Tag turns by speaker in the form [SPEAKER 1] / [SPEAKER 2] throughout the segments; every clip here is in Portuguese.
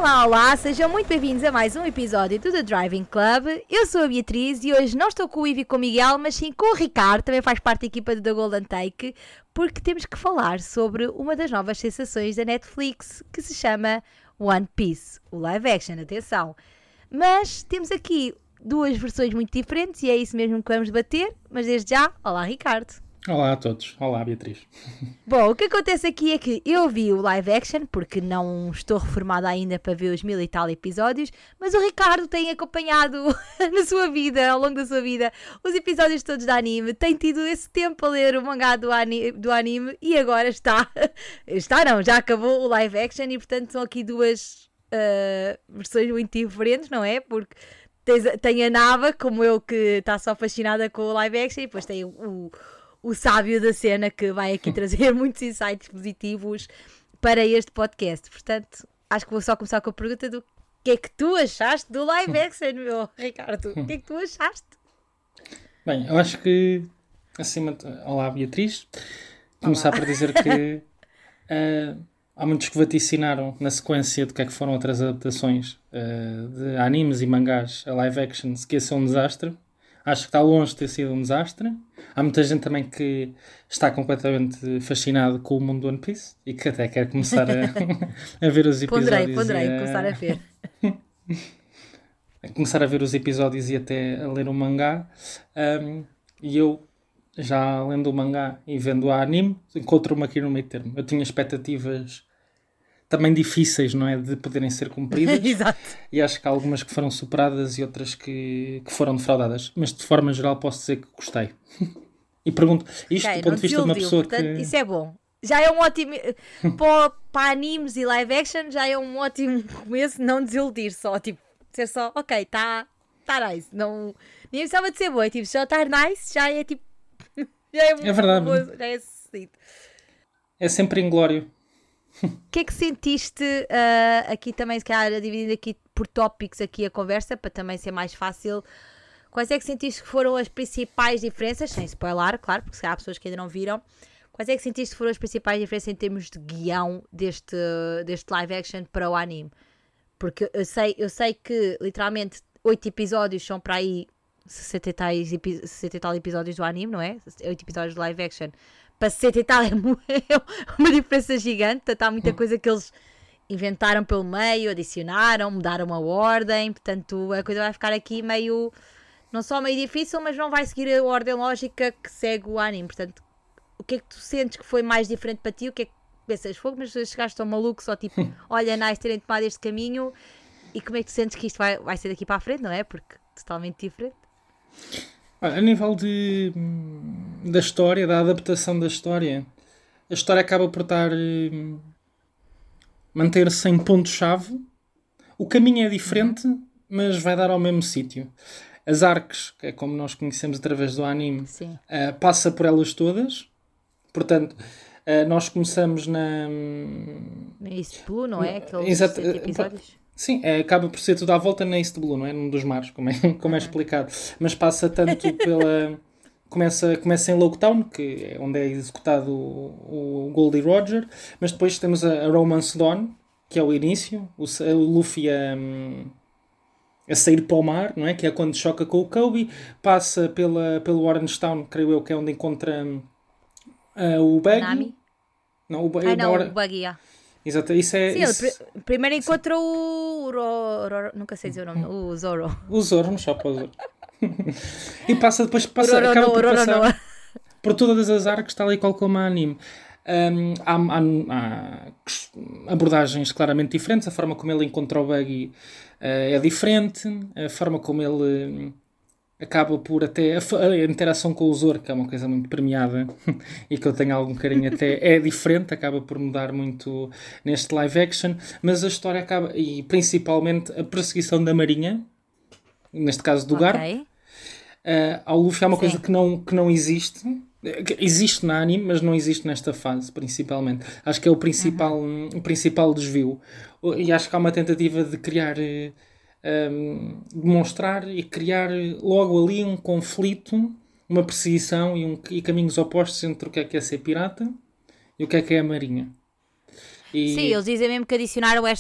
[SPEAKER 1] Olá, olá, sejam muito bem-vindos a mais um episódio do The Driving Club. Eu sou a Beatriz e hoje não estou com o Ivo e com o Miguel, mas sim com o Ricardo, também faz parte da equipa do The Golden Take, porque temos que falar sobre uma das novas sensações da Netflix, que se chama One Piece, o live action, atenção. Mas temos aqui duas versões muito diferentes e é isso mesmo que vamos debater, mas desde já, olá Ricardo.
[SPEAKER 2] Olá a todos, olá Beatriz.
[SPEAKER 1] Bom, o que acontece aqui é que eu vi o live action, porque não estou reformada ainda para ver os 1000 e tal episódios, mas o Ricardo tem acompanhado na sua vida, ao longo da sua vida, os episódios todos da anime, tem tido esse tempo a ler o mangá do anime e agora já acabou o live action e portanto são aqui duas versões muito diferentes, não é? Porque tem a Nava, como eu, que está só fascinada com o live action, e depois tem o sábio da cena que vai aqui trazer muitos insights positivos para este podcast. Portanto, acho que vou só começar com a pergunta do que é que tu achaste do live action, meu Ricardo? O que é que tu achaste?
[SPEAKER 2] Bem, eu acho que olá Beatriz. Começar por dizer que há muitos que vaticinaram na sequência do que é que foram outras adaptações de animes e mangás a live action, que ia ser um desastre. Acho que está longe de ter sido um desastre. Há muita gente também que está completamente fascinado com o mundo do One Piece e que até quer começar a ver os episódios.
[SPEAKER 1] Ponderei, começar a ver.
[SPEAKER 2] Começar a ver os episódios e até a ler o mangá. E eu, já lendo o mangá e vendo o anime, encontro-me aqui no meio termo. Eu tinha expectativas também difíceis, não é, de poderem ser cumpridas.
[SPEAKER 1] Exato.
[SPEAKER 2] E acho que há algumas que foram superadas e outras que foram defraudadas. Mas de forma geral posso dizer que gostei. E pergunto, isto do ponto de vista de uma pessoa
[SPEAKER 1] portanto,
[SPEAKER 2] que...
[SPEAKER 1] Isso é bom. Já é um ótimo... para animes e live action já é um ótimo começo não desiludir só. Tipo, ser só, ok, está nice. Não, nem precisava de ser boa. Tipo, se já está nice, já é tipo...
[SPEAKER 2] É verdade.
[SPEAKER 1] Já é sucedido.
[SPEAKER 2] É sempre inglório.
[SPEAKER 1] O que é que sentiste aqui também, se calhar dividindo aqui por tópicos aqui a conversa, para também ser mais fácil, quais é que sentiste que foram as principais diferenças, sem spoiler, claro, porque se calhar há pessoas que ainda não viram, quais é que sentiste que foram as principais diferenças em termos de guião deste live action para o anime? Porque eu sei que literalmente 8 episódios são para aí 60 e tal episódios do anime, não é? 8 episódios de live action para 60 e tal é uma diferença gigante. Portanto, há muita coisa que eles inventaram pelo meio, adicionaram, mudaram a ordem, portanto a coisa vai ficar aqui meio, não só meio difícil, mas não vai seguir a ordem lógica que segue o anime. Portanto, o que é que tu sentes que foi mais diferente para ti? O que é que pensas? Fogo, mas chegaste tão maluco, só tipo, olha, nice terem tomado este caminho, e como é que tu sentes que isto vai ser daqui para a frente, não é? Porque totalmente diferente.
[SPEAKER 2] A nível da história, da adaptação da história, a história acaba por manter-se em ponto-chave. O caminho é diferente, mas vai dar ao mesmo sítio. As arcs, que é como nós conhecemos através do anime, passa por elas todas. Portanto, nós começamos na
[SPEAKER 1] East Blue, não é? Aqueles 7 episódios.
[SPEAKER 2] Sim, acaba por ser tudo à volta na East Blue, não é? Num dos mares, como é explicado. Mas passa tanto pela... Começa em Loguetown, que é onde é executado o Goldie Roger, mas depois temos a Romance Dawn, que é o início, o Luffy a sair para o mar, não é? Que é quando choca com o Kobe, passa pelo Orange Town, creio eu, que é onde encontra o Buggy.
[SPEAKER 1] Nami?
[SPEAKER 2] Não, o
[SPEAKER 1] o Buggy,
[SPEAKER 2] Exato, isso é...
[SPEAKER 1] Sim, ele primeiro encontra o nunca sei dizer o nome, o Zoro.
[SPEAKER 2] O Zoro, não só para o Zoro. E acaba por passar por todas as arcas, tal e qual como a anime. Há abordagens claramente diferentes. A forma como ele encontra o Buggy é diferente. A forma como ele acaba por até... A interação com o Zoro, que é uma coisa muito premiada e que eu tenho algum carinho até, é diferente. Acaba por mudar muito neste live action. Mas a história acaba... E principalmente a perseguição da Marinha, neste caso do Garp. Ao Luffy há uma coisa que não existe. Existe na anime, mas não existe nesta fase, principalmente. Acho que é o principal desvio. E acho que há uma tentativa de criar... demonstrar e criar logo ali um conflito, uma perseguição e caminhos opostos entre o que é ser pirata e o que é a marinha.
[SPEAKER 1] Sim, eles dizem mesmo que adicionaram esta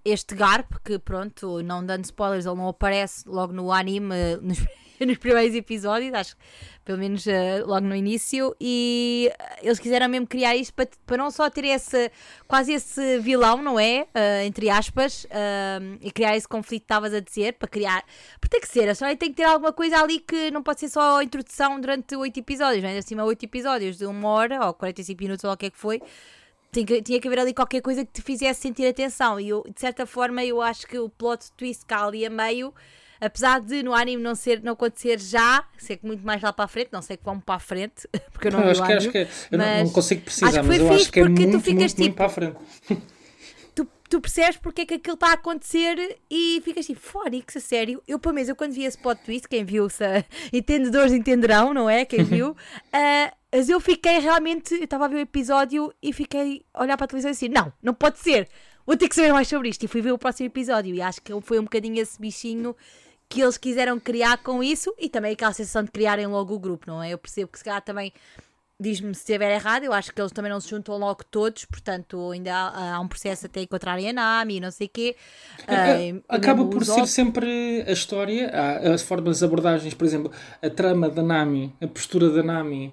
[SPEAKER 1] este Garp, que pronto, não dando spoilers, ele não aparece logo no anime nos primeiros episódios, acho que pelo menos logo no início, e eles quiseram mesmo criar isto para não só ter quase esse vilão, não é? Entre aspas, e criar esse conflito que estavas a dizer, para criar, porque tem que ser, a história tem que ter alguma coisa ali que não pode ser só a introdução durante 8 episódios, não é? Acima 8 episódios de 1 hora ou 45 minutos ou o que é que foi. Tinha que haver ali qualquer coisa que te fizesse sentir atenção, e de certa forma eu acho que o plot twist que há ali a meio, apesar de no anime não acontecer já, sei que muito mais lá para a frente, não sei que vamos para a frente, porque eu não vi o anime,
[SPEAKER 2] acho que eu não consigo precisar, mas eu acho que é muito para a frente.
[SPEAKER 1] Tu percebes porque é que aquilo está a acontecer e ficas tipo, Fónix, a sério. Eu, pelo menos, quando vi esse plot twist, quem viu, entendedores entenderão, não é? Quem viu, mas eu fiquei realmente, eu estava a ver o episódio e fiquei a olhar para a televisão e assim, não pode ser, vou ter que saber mais sobre isto. E fui ver o próximo episódio e acho que foi um bocadinho esse bichinho que eles quiseram criar com isso, e também aquela sensação de criarem logo o grupo, não é? Eu percebo que se calhar também, diz-me se estiver errado, eu acho que eles também não se juntam logo todos, portanto ainda há um processo até encontrarem a Nami e não sei o quê.
[SPEAKER 2] Acaba por ser sempre a história, as formas, as abordagens, por exemplo, a trama da Nami, a postura da Nami,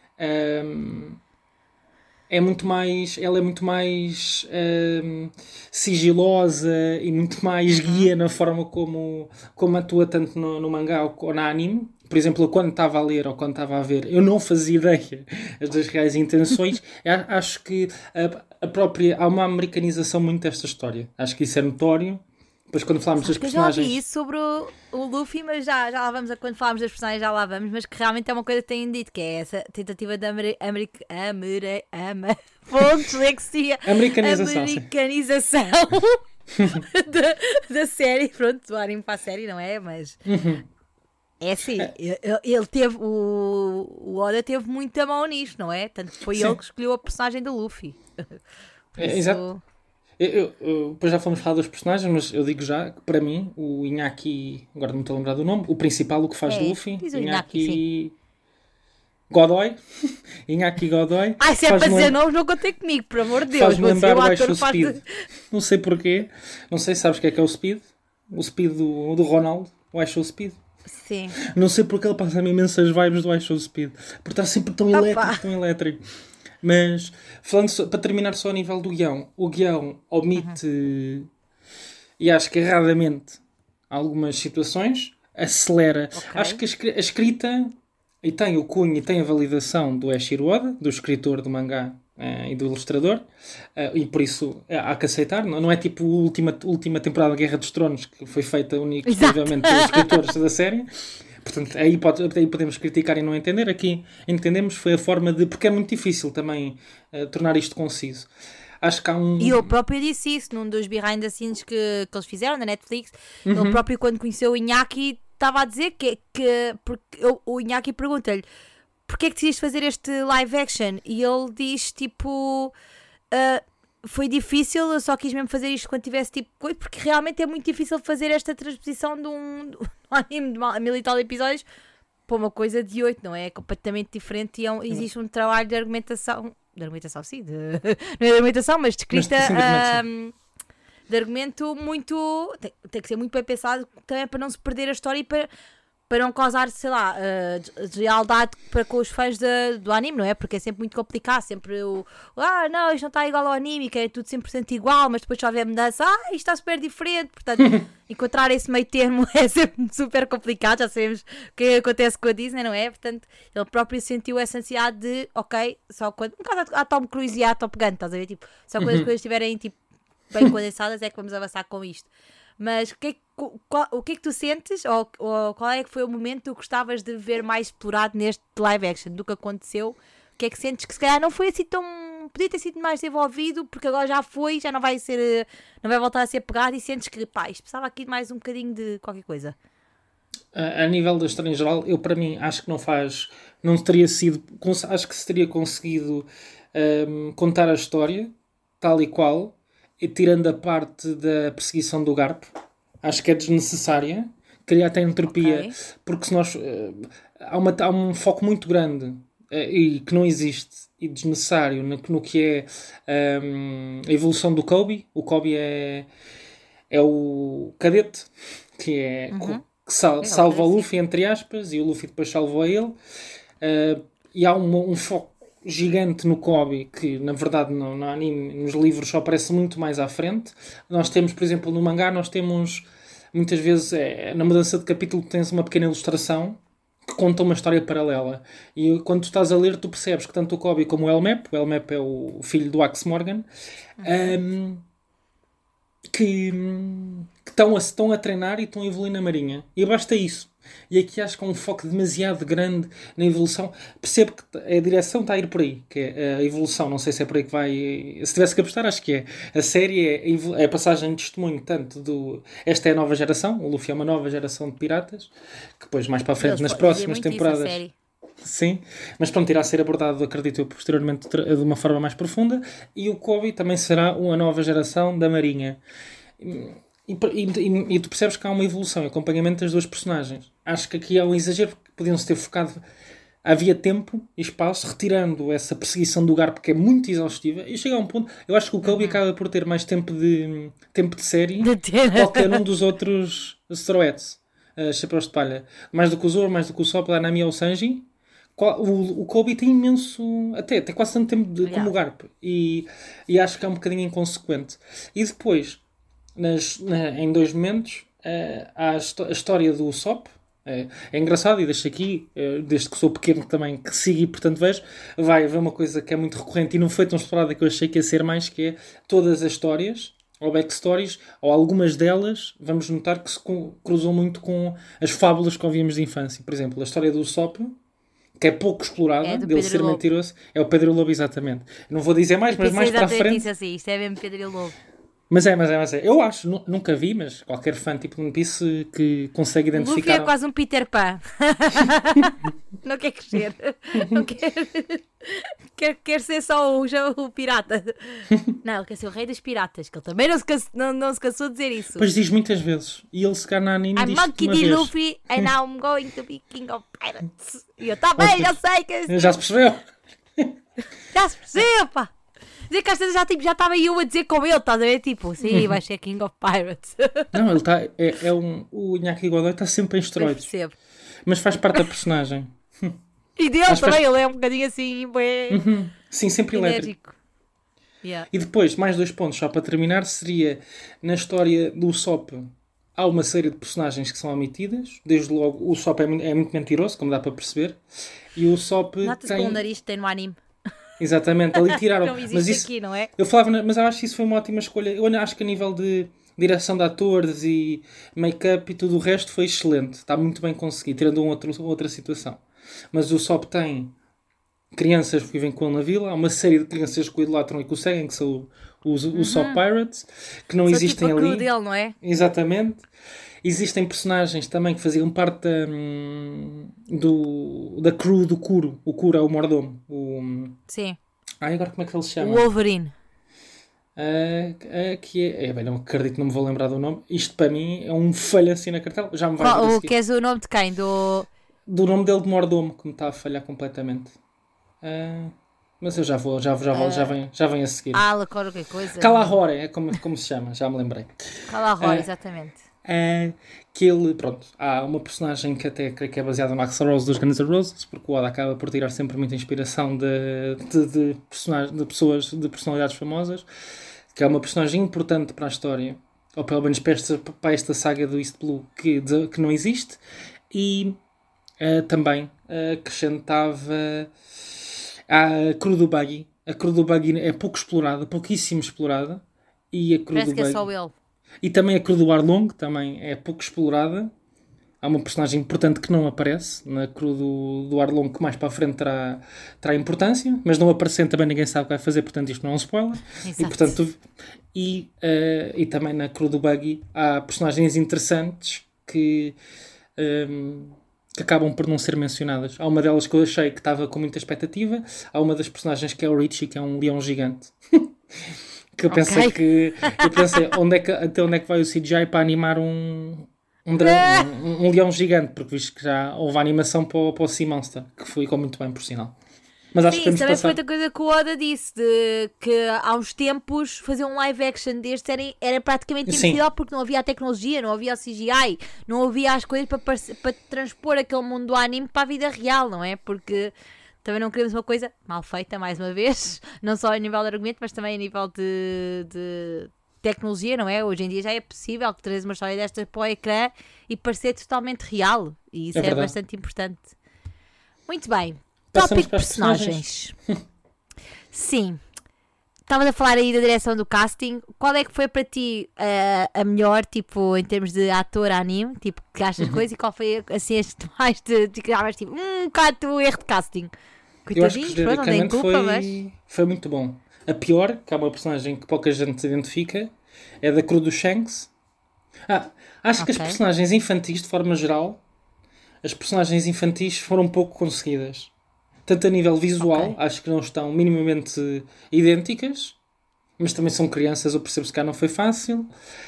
[SPEAKER 2] ela é muito mais sigilosa e muito mais guia na forma como atua tanto no mangá ou no anime. Por exemplo, quando estava a ler ou quando estava a ver, eu não fazia ideia das reais intenções. Acho que há uma americanização muito desta história. Acho que isso é notório. Depois, quando falámos das personagens...
[SPEAKER 1] Eu já vi isso sobre o Luffy, mas já lá vamos, quando falarmos das personagens já lá vamos, mas que realmente é uma coisa que têm dito, que é essa tentativa de americanização da série, pronto, do anime para a série, não é? Mas... É assim, ele teve, o Oda teve muita mão nisto, não é? Tanto que foi ele que escolheu a personagem do Luffy.
[SPEAKER 2] Exato. Depois já fomos falar dos personagens, mas eu digo já que para mim o Inaki, agora não me estou a lembrar do nome, o principal, o que faz do Luffy, Inaki Godoy. Inaki Godoy.
[SPEAKER 1] Se é para dizer nomes, não contei comigo, por amor de Deus.
[SPEAKER 2] Faz-me lembrar o Aisho Speed. Não sei porquê, não sei se sabes o que é o Speed. O Speed do Ronaldo, o Aisho Speed.
[SPEAKER 1] Sim.
[SPEAKER 2] Não sei porque ele passa-me imensas vibes do Aisho Speed, porque está sempre tão elétrico. Mas, para terminar só a nível do guião, o guião omite, e acho que erradamente, algumas situações, acelera. Okay. Acho que a escrita, e tem o cunho e tem a validação do Eiichiro Oda, do escritor do mangá e do ilustrador, e por isso há que aceitar. Não é tipo a última temporada da Guerra dos Tronos, que foi feita exclusivamente pelos escritores da série. Portanto, aí podemos criticar e não entender. Aqui entendemos, foi a forma de... Porque é muito difícil também tornar isto conciso. Acho que há um...
[SPEAKER 1] E eu próprio disse isso num dos behind the scenes que eles fizeram na Netflix. Ele próprio, quando conheceu o Inaki, estava a dizer que porque o Inaki pergunta-lhe: porquê é que decidiste fazer este live action? E ele diz tipo... foi difícil, eu só quis mesmo fazer isto quando tivesse tipo coisa, porque realmente é muito difícil fazer esta transposição de um anime de 1000 e tal episódios para uma coisa de 8, não é? É completamente diferente e existe um trabalho de argumentação, sim, não é de argumentação, mas de escrita, de argumento muito, tem que ser muito bem pensado também para não se perder a história e para não causar, sei lá, deslealdade para com os fãs do anime, não é? Porque é sempre muito complicado, sempre não, isto não está igual ao anime, que é tudo 100% igual, mas depois só houver mudança, isto está super diferente, portanto, encontrar esse meio termo é sempre super complicado, já sabemos o que acontece com a Disney, não é? Portanto, ele próprio sentiu essa ansiedade de, só quando, um bocado a Tom Cruise e a Top Gun, estás a ver? Tipo, só quando as coisas estiverem, tipo, bem condensadas é que vamos avançar com isto. Mas o que é que tu sentes, ou qual é que foi o momento que tu gostavas de ver mais explorado neste live action do que aconteceu? O que é que sentes que se calhar não foi assim tão... podia ter sido mais desenvolvido, porque agora já foi, já não vai voltar a ser pegado, e sentes que, isto precisava aqui de mais um bocadinho de qualquer coisa?
[SPEAKER 2] A nível da história em geral, eu para mim acho que não teria sido, acho que se teria conseguido contar a história tal e qual, e tirando a parte da perseguição do Garp. Acho que é desnecessária, criar até entropia, porque se nós há um foco muito grande e que não existe, e desnecessário no que é a evolução do Kobe. O Kobe é o cadete, que é que salva o Luffy, entre aspas, e o Luffy depois salva ele. E há um foco gigante no Kobe, que na verdade no anime, nos livros só aparece muito mais à frente. Nós temos, por exemplo, no mangá, nós temos muitas vezes, na mudança de capítulo, tens uma pequena ilustração que conta uma história paralela. E quando tu estás a ler, tu percebes que tanto o Kobe como o Elmap é o filho do Axe Morgan, que estão a treinar e estão a evoluir na marinha. E basta isso. E aqui acho que há um foco demasiado grande na evolução. Percebo que a direção está a ir por aí, que é a evolução. Não sei se é por aí que vai. Se tivesse que apostar, acho que é. A série é a passagem de testemunho, tanto do. Esta é a nova geração. O Luffy é uma nova geração de piratas, que depois, mais para a frente, nas próximas temporadas. Sim, mas pronto, irá ser abordado, acredito eu, posteriormente de uma forma mais profunda. E o Kobe também será uma nova geração da marinha. E tu percebes que há uma evolução e acompanhamento das duas personagens. Acho que aqui há um exagero, porque podiam-se ter focado. Havia tempo e espaço, retirando essa perseguição do Garp, que é muito exaustiva, e chega a um ponto. Eu acho que o Kobe acaba por ter mais tempo de série do que qualquer um dos outros Straw-Hats, chapéus de palha. Mais do que o Zoro, mais do que o Sop, a Nami ou o Sanji. O Kobe tem imenso. Até quase tanto tempo como o Garp. E acho que é um bocadinho inconsequente. E depois. Em dois momentos há a história do Usopp. É engraçado, e deixo aqui, desde que sou pequeno também que sigo e portanto vejo, vai haver uma coisa que é muito recorrente e não foi tão explorada que eu achei que ia ser mais, que é todas as histórias ou backstories, ou algumas delas vamos notar que se cruzam muito com as fábulas que ouvíamos de infância. Por exemplo, a história do Usopp, que é pouco explorada, dele ser mentiroso, é o Pedro Lobo, exatamente. Não vou dizer mais, mas mais para a frente.
[SPEAKER 1] Isso assim, isto é mesmo Pedro Lobo.
[SPEAKER 2] Mas é. Eu acho, nunca vi, mas qualquer fã tipo de One Piece que consegue identificar...
[SPEAKER 1] O Luffy é quase um Peter Pan. Não quer crescer. Não quer ser só o pirata. Não, ele quer ser o rei dos piratas, que ele também não se cansou de dizer isso.
[SPEAKER 2] Pois diz muitas vezes. E ele se calhar na anime diz
[SPEAKER 1] Monkey D. Luffy and now I'm going to be king of pirates. E eu também, já sei que...
[SPEAKER 2] Já se percebeu?
[SPEAKER 1] Já se percebeu, pá. Dizer que às vezes já estava eu a dizer com ele, estás a ver? Tipo, sim, vai ser King of Pirates.
[SPEAKER 2] Não, ele está. O Iñaki Godoy está sempre em esteroides. Mas faz parte da personagem.
[SPEAKER 1] E dele também, ele é um bocadinho assim, bem.
[SPEAKER 2] Sim, sempre elétrico.
[SPEAKER 1] Yeah.
[SPEAKER 2] E depois, mais 2 pontos, só para terminar, seria na história do Usopp. Há uma série de personagens que são omitidas. Desde logo, o Usopp é muito mentiroso, como dá para perceber. E o Usopp
[SPEAKER 1] nota-se com o nariz que tem no anime.
[SPEAKER 2] Exatamente, ali tiraram.
[SPEAKER 1] Não existe
[SPEAKER 2] mas isso,
[SPEAKER 1] aqui, não é?
[SPEAKER 2] Eu falava, mas eu acho que isso foi uma ótima escolha. Eu acho que a nível de direção de atores e make-up e tudo o resto foi excelente. Está muito bem conseguido, tirando outra situação. Mas o Usopp tem crianças que vivem com ele na vila. Há uma série de crianças que o idolatram e que o seguem, que são os Usopp Pirates, que não existem tipo
[SPEAKER 1] ali.
[SPEAKER 2] Ali.
[SPEAKER 1] Dele, não é?
[SPEAKER 2] Exatamente. Existem personagens também que faziam parte da crew do Kuro. O Kuro é o mordomo.
[SPEAKER 1] Sim.
[SPEAKER 2] Agora como é que ele se chama?
[SPEAKER 1] O Wolverine.
[SPEAKER 2] Que é... bem, não acredito, não me vou lembrar do nome. Isto para mim é um falho assim na cartela. Já me vai
[SPEAKER 1] O que és o nome de quem? Do
[SPEAKER 2] nome dele de mordomo, que me está a falhar completamente. Mas eu já vem a seguir.
[SPEAKER 1] Qualquer coisa.
[SPEAKER 2] Kalahora, é como se chama, já me lembrei.
[SPEAKER 1] Kalahora, exatamente.
[SPEAKER 2] Que ele, pronto, há uma personagem que até creio que é baseada no Axl Rose dos Guns N' Roses, porque o Oda acaba por tirar sempre muita inspiração de personalidades famosas, que é uma personagem importante para a história, ou pelo menos para esta saga do East Blue que não existe, e também acrescentava a crew do Buggy. A crew do Buggy é pouquíssimo explorada, e a crew
[SPEAKER 1] parece
[SPEAKER 2] do
[SPEAKER 1] que
[SPEAKER 2] Buggy...
[SPEAKER 1] é só ele.
[SPEAKER 2] E também a crew do Arlong também é pouco explorada. Há uma personagem importante que não aparece na crew do Arlong, que mais para a frente terá importância, mas não aparecendo também ninguém sabe o que vai fazer, portanto isto não é um spoiler.
[SPEAKER 1] Exato.
[SPEAKER 2] E, portanto, e também na crew do Buggy há personagens interessantes que acabam por não ser mencionadas. Há uma delas que eu achei que estava com muita expectativa. Há uma das personagens que é o Richie, que é um leão gigante. Que eu pensei até onde é que vai o CGI para animar um leão gigante, porque visto que já houve a animação para o Sea Monster, que ficou muito bem, por sinal. Mas acho que
[SPEAKER 1] Sim,
[SPEAKER 2] podemos
[SPEAKER 1] também foi
[SPEAKER 2] passar.
[SPEAKER 1] outra coisa que o Oda disse, de que há uns tempos fazer um live action destes era praticamente
[SPEAKER 2] Sim,
[SPEAKER 1] impossível porque não havia a tecnologia, não havia o CGI, não havia as coisas para transpor aquele mundo do anime para a vida real, não é? Porque também não queremos uma coisa mal feita, mais uma vez, não só a nível de argumento, mas também a nível de tecnologia, não é? Hoje em dia já é possível que trazer uma história destas para o ecrã e parecer totalmente real, e isso
[SPEAKER 2] é
[SPEAKER 1] é
[SPEAKER 2] verdade.
[SPEAKER 1] bastante importante. Muito bem.
[SPEAKER 2] Passamos
[SPEAKER 1] Tópico
[SPEAKER 2] para as personagens.
[SPEAKER 1] Sim. Estavas a falar aí da direção do casting. Qual é que foi para ti a melhor, tipo, em termos de ator anime? Tipo, que achas coisas e qual foi, assim, as que mais te criavas, tipo, bocado erro de casting?
[SPEAKER 2] Eu acho que
[SPEAKER 1] Coitadinhos, pronto, não tem
[SPEAKER 2] genericamente
[SPEAKER 1] culpa, mas...
[SPEAKER 2] foi muito bom. A pior, que é uma personagem que pouca gente se identifica, é da crew do Shanks. Acho que as
[SPEAKER 1] Ok.
[SPEAKER 2] personagens infantis, de forma geral, as personagens infantis foram pouco conseguidas. Tanto a nível visual,
[SPEAKER 1] Ok.
[SPEAKER 2] acho que não estão minimamente idênticas, mas também são crianças, eu percebo que cá não foi fácil.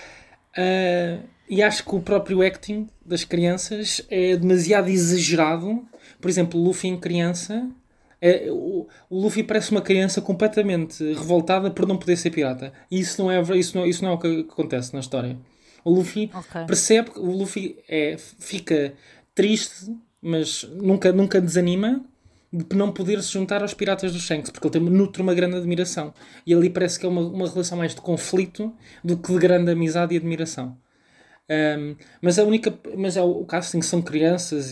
[SPEAKER 2] E acho que o próprio acting das crianças é demasiado exagerado. Por exemplo, o Luffy em criança, o Luffy parece uma criança completamente revoltada por não poder ser pirata. E isso não é o que acontece na história. O Luffy
[SPEAKER 1] Ok.
[SPEAKER 2] percebe que o Luffy fica triste, mas nunca desanima de não poder se juntar aos piratas do Shanks, porque ele nutre uma grande admiração. E ali parece que é uma relação mais de conflito do que de grande amizade e admiração. Mas o casting são crianças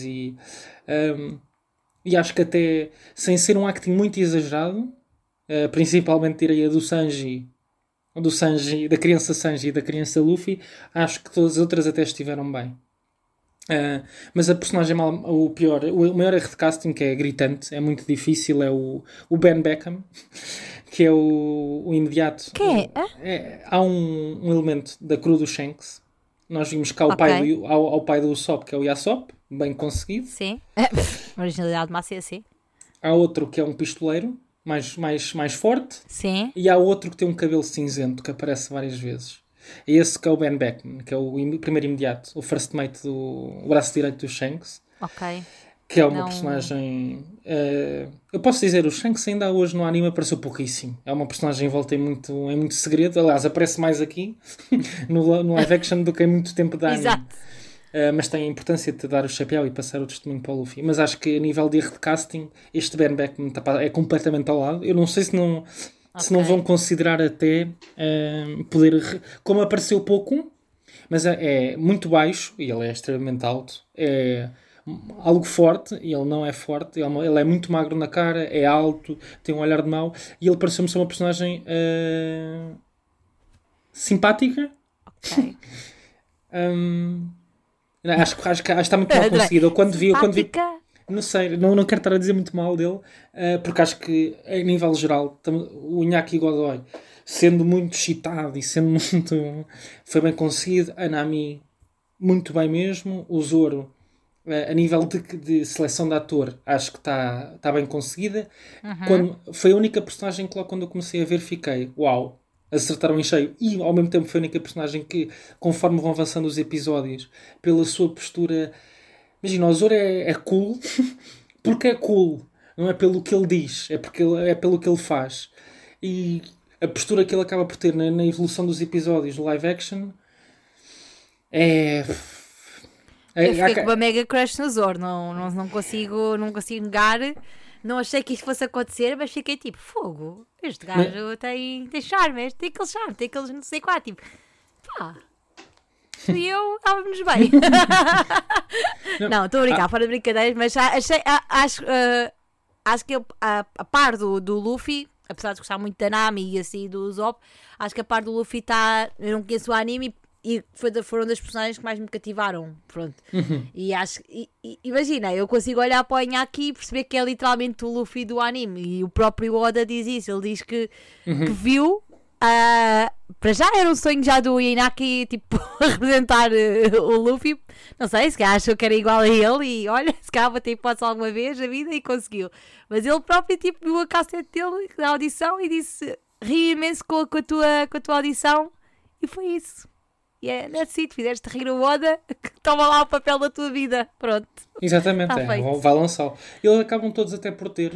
[SPEAKER 2] e acho que até sem ser um acting muito exagerado, principalmente direi a do Sanji, da criança Sanji e da criança Luffy, acho que todas as outras até estiveram bem. Mas a personagem o maior erro de casting, que é gritante, é muito difícil, é o Ben Beckham, que é o imediato.
[SPEAKER 1] Quem é?
[SPEAKER 2] Há um elemento da crew do Shanks. Nós vimos cá
[SPEAKER 1] Ok.
[SPEAKER 2] ao pai do Usopp, que é o Yasop, bem conseguido.
[SPEAKER 1] Sim. Originalidade máxima, sim.
[SPEAKER 2] Há outro que é um pistoleiro, mais forte.
[SPEAKER 1] Sim.
[SPEAKER 2] E há outro que tem um cabelo cinzento, que aparece várias vezes. É esse que é o Ben Beckman, que é o primeiro imediato, o first mate, o braço direito do Shanks,
[SPEAKER 1] Ok.
[SPEAKER 2] que é uma
[SPEAKER 1] Não...
[SPEAKER 2] personagem... eu posso dizer, o Shanks ainda hoje no anime apareceu pouquíssimo. É uma personagem envolta em muito segredo. Aliás, aparece mais aqui no live action do que em muito tempo de anime.
[SPEAKER 1] Exato.
[SPEAKER 2] Mas tem a importância de te dar o chapéu e passar o testemunho para o Luffy. Mas acho que a nível de erro de casting, este Ben Beckman é completamente ao lado. Eu não sei se não vão considerar até poder... Como apareceu pouco, mas é muito baixo e ele é extremamente alto. É algo forte e ele não é forte. Ele é muito magro na cara, é alto, tem um olhar de mau. E ele pareceu-me ser uma personagem simpática.
[SPEAKER 1] Ok.
[SPEAKER 2] Acho que está muito mal conseguido. Eu quando vi,
[SPEAKER 1] Simpática.
[SPEAKER 2] não sei, não quero estar a dizer muito mal dele, porque acho que, a nível geral, o Inaki Godoy, sendo muito excitado e sendo muito... foi bem conseguido. A Nami, muito bem mesmo. O Zoro, a nível de seleção de ator, acho que está bem conseguida. Foi a única personagem que, logo quando eu comecei a ver, fiquei, uau, acertaram em cheio. E, ao mesmo tempo, foi a única personagem que, conforme vão avançando os episódios, pela sua postura... Imagina, o Zoro é cool porque é cool. Não é pelo que ele diz, é pelo que ele faz. E a postura que ele acaba por ter na evolução dos episódios do live action é...
[SPEAKER 1] Eu fiquei com uma mega crush no Zoro, não consigo negar. Não achei que isto fosse acontecer, mas fiquei tipo, fogo, este gajo tem charme, tem aquele charme, tem aqueles não sei qual, tipo, pá, tu e eu estávamos bem. Não, estou a brincar, fora de brincadeiras, mas acho que a par do Luffy, apesar de gostar muito da Nami e assim do Usopp, acho que a par do Luffy está, eu não conheço o anime e foram das personagens que mais me cativaram, pronto. E acho, imagina, eu consigo olhar para o Inaki e perceber que é literalmente o Luffy do anime, e o próprio Oda diz isso, ele diz que viu, para já era um sonho já do Inaki, tipo, representar o Luffy, não sei, se calhar achou que era igual a ele e olha, se calhar vou ter hipótese alguma vez na vida e conseguiu, mas ele próprio tipo viu a cassete dele da audição e disse, ri imenso com a tua audição, e foi isso. E é assim, fizeste rir o Oda, toma lá o papel da tua vida. Pronto.
[SPEAKER 2] Exatamente,
[SPEAKER 1] Tá feito.
[SPEAKER 2] vai lançá-lo. Eles acabam todos até por ter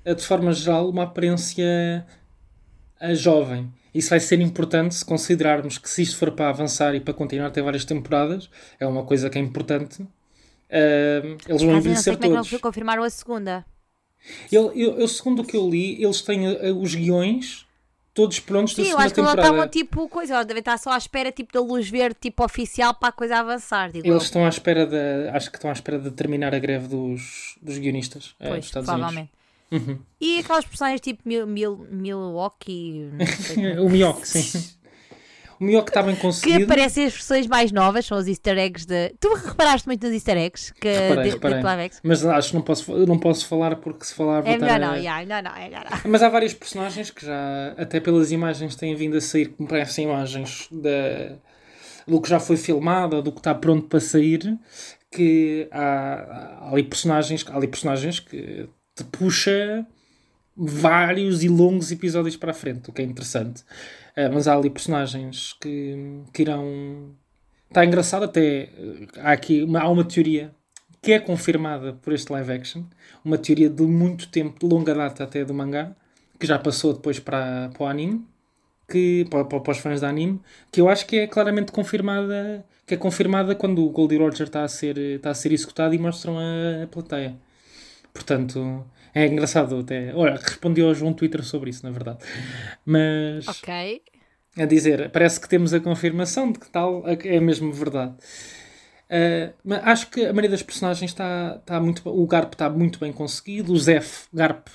[SPEAKER 2] de forma geral, uma aparência jovem. Isso vai ser importante se considerarmos que se isto for para avançar e para continuar a ter várias temporadas, é uma coisa que é importante. Eles vão envelhecer
[SPEAKER 1] como é
[SPEAKER 2] todos.
[SPEAKER 1] que não confirmaram a segunda.
[SPEAKER 2] Segundo o que eu li, eles têm os guiões todos prontos da
[SPEAKER 1] Sim, eu
[SPEAKER 2] segunda
[SPEAKER 1] acho que eles
[SPEAKER 2] temporada.
[SPEAKER 1] estavam tipo coisa, eles devem estar só à espera tipo da luz verde tipo oficial para a coisa avançar. Digo
[SPEAKER 2] Eles
[SPEAKER 1] eu.
[SPEAKER 2] estão à espera acho que estão à espera de terminar a greve dos guionistas dos
[SPEAKER 1] Pois,
[SPEAKER 2] Estados
[SPEAKER 1] provavelmente.
[SPEAKER 2] Unidos.
[SPEAKER 1] E aquelas personagens tipo Milwaukee, não sei como é.
[SPEAKER 2] O Miyok, sim. O Miyok está bem
[SPEAKER 1] Que
[SPEAKER 2] conseguido.
[SPEAKER 1] aparecem as versões mais novas, são os easter eggs de... Tu reparaste muito nos easter eggs?
[SPEAKER 2] Reparei.
[SPEAKER 1] Live action?
[SPEAKER 2] Mas acho que não posso falar porque se falar vou
[SPEAKER 1] É
[SPEAKER 2] estar
[SPEAKER 1] melhor não, é melhor não.
[SPEAKER 2] Mas há várias personagens que já, até pelas imagens, têm vindo a sair, que me parecem imagens do que já foi filmado, ou do que está pronto para sair, que há ali personagens que te puxa vários e longos episódios para a frente, o que é interessante. Mas há ali personagens que irão... Está engraçado até... Há uma teoria que é confirmada por este live action, uma teoria de muito tempo, de longa data até do mangá, que já passou depois para o anime, para os fãs de anime, que eu acho que é claramente confirmada, quando o Goldie Roger está a ser executado e mostram a plateia. Portanto, é engraçado até. Olha, respondi hoje um Twitter sobre isso, na verdade. Mas,
[SPEAKER 1] Ok.
[SPEAKER 2] a dizer, parece que temos a confirmação de que tal é mesmo verdade. Mas acho que a maioria das personagens está muito... O Garp está muito bem conseguido. O Zef Garp,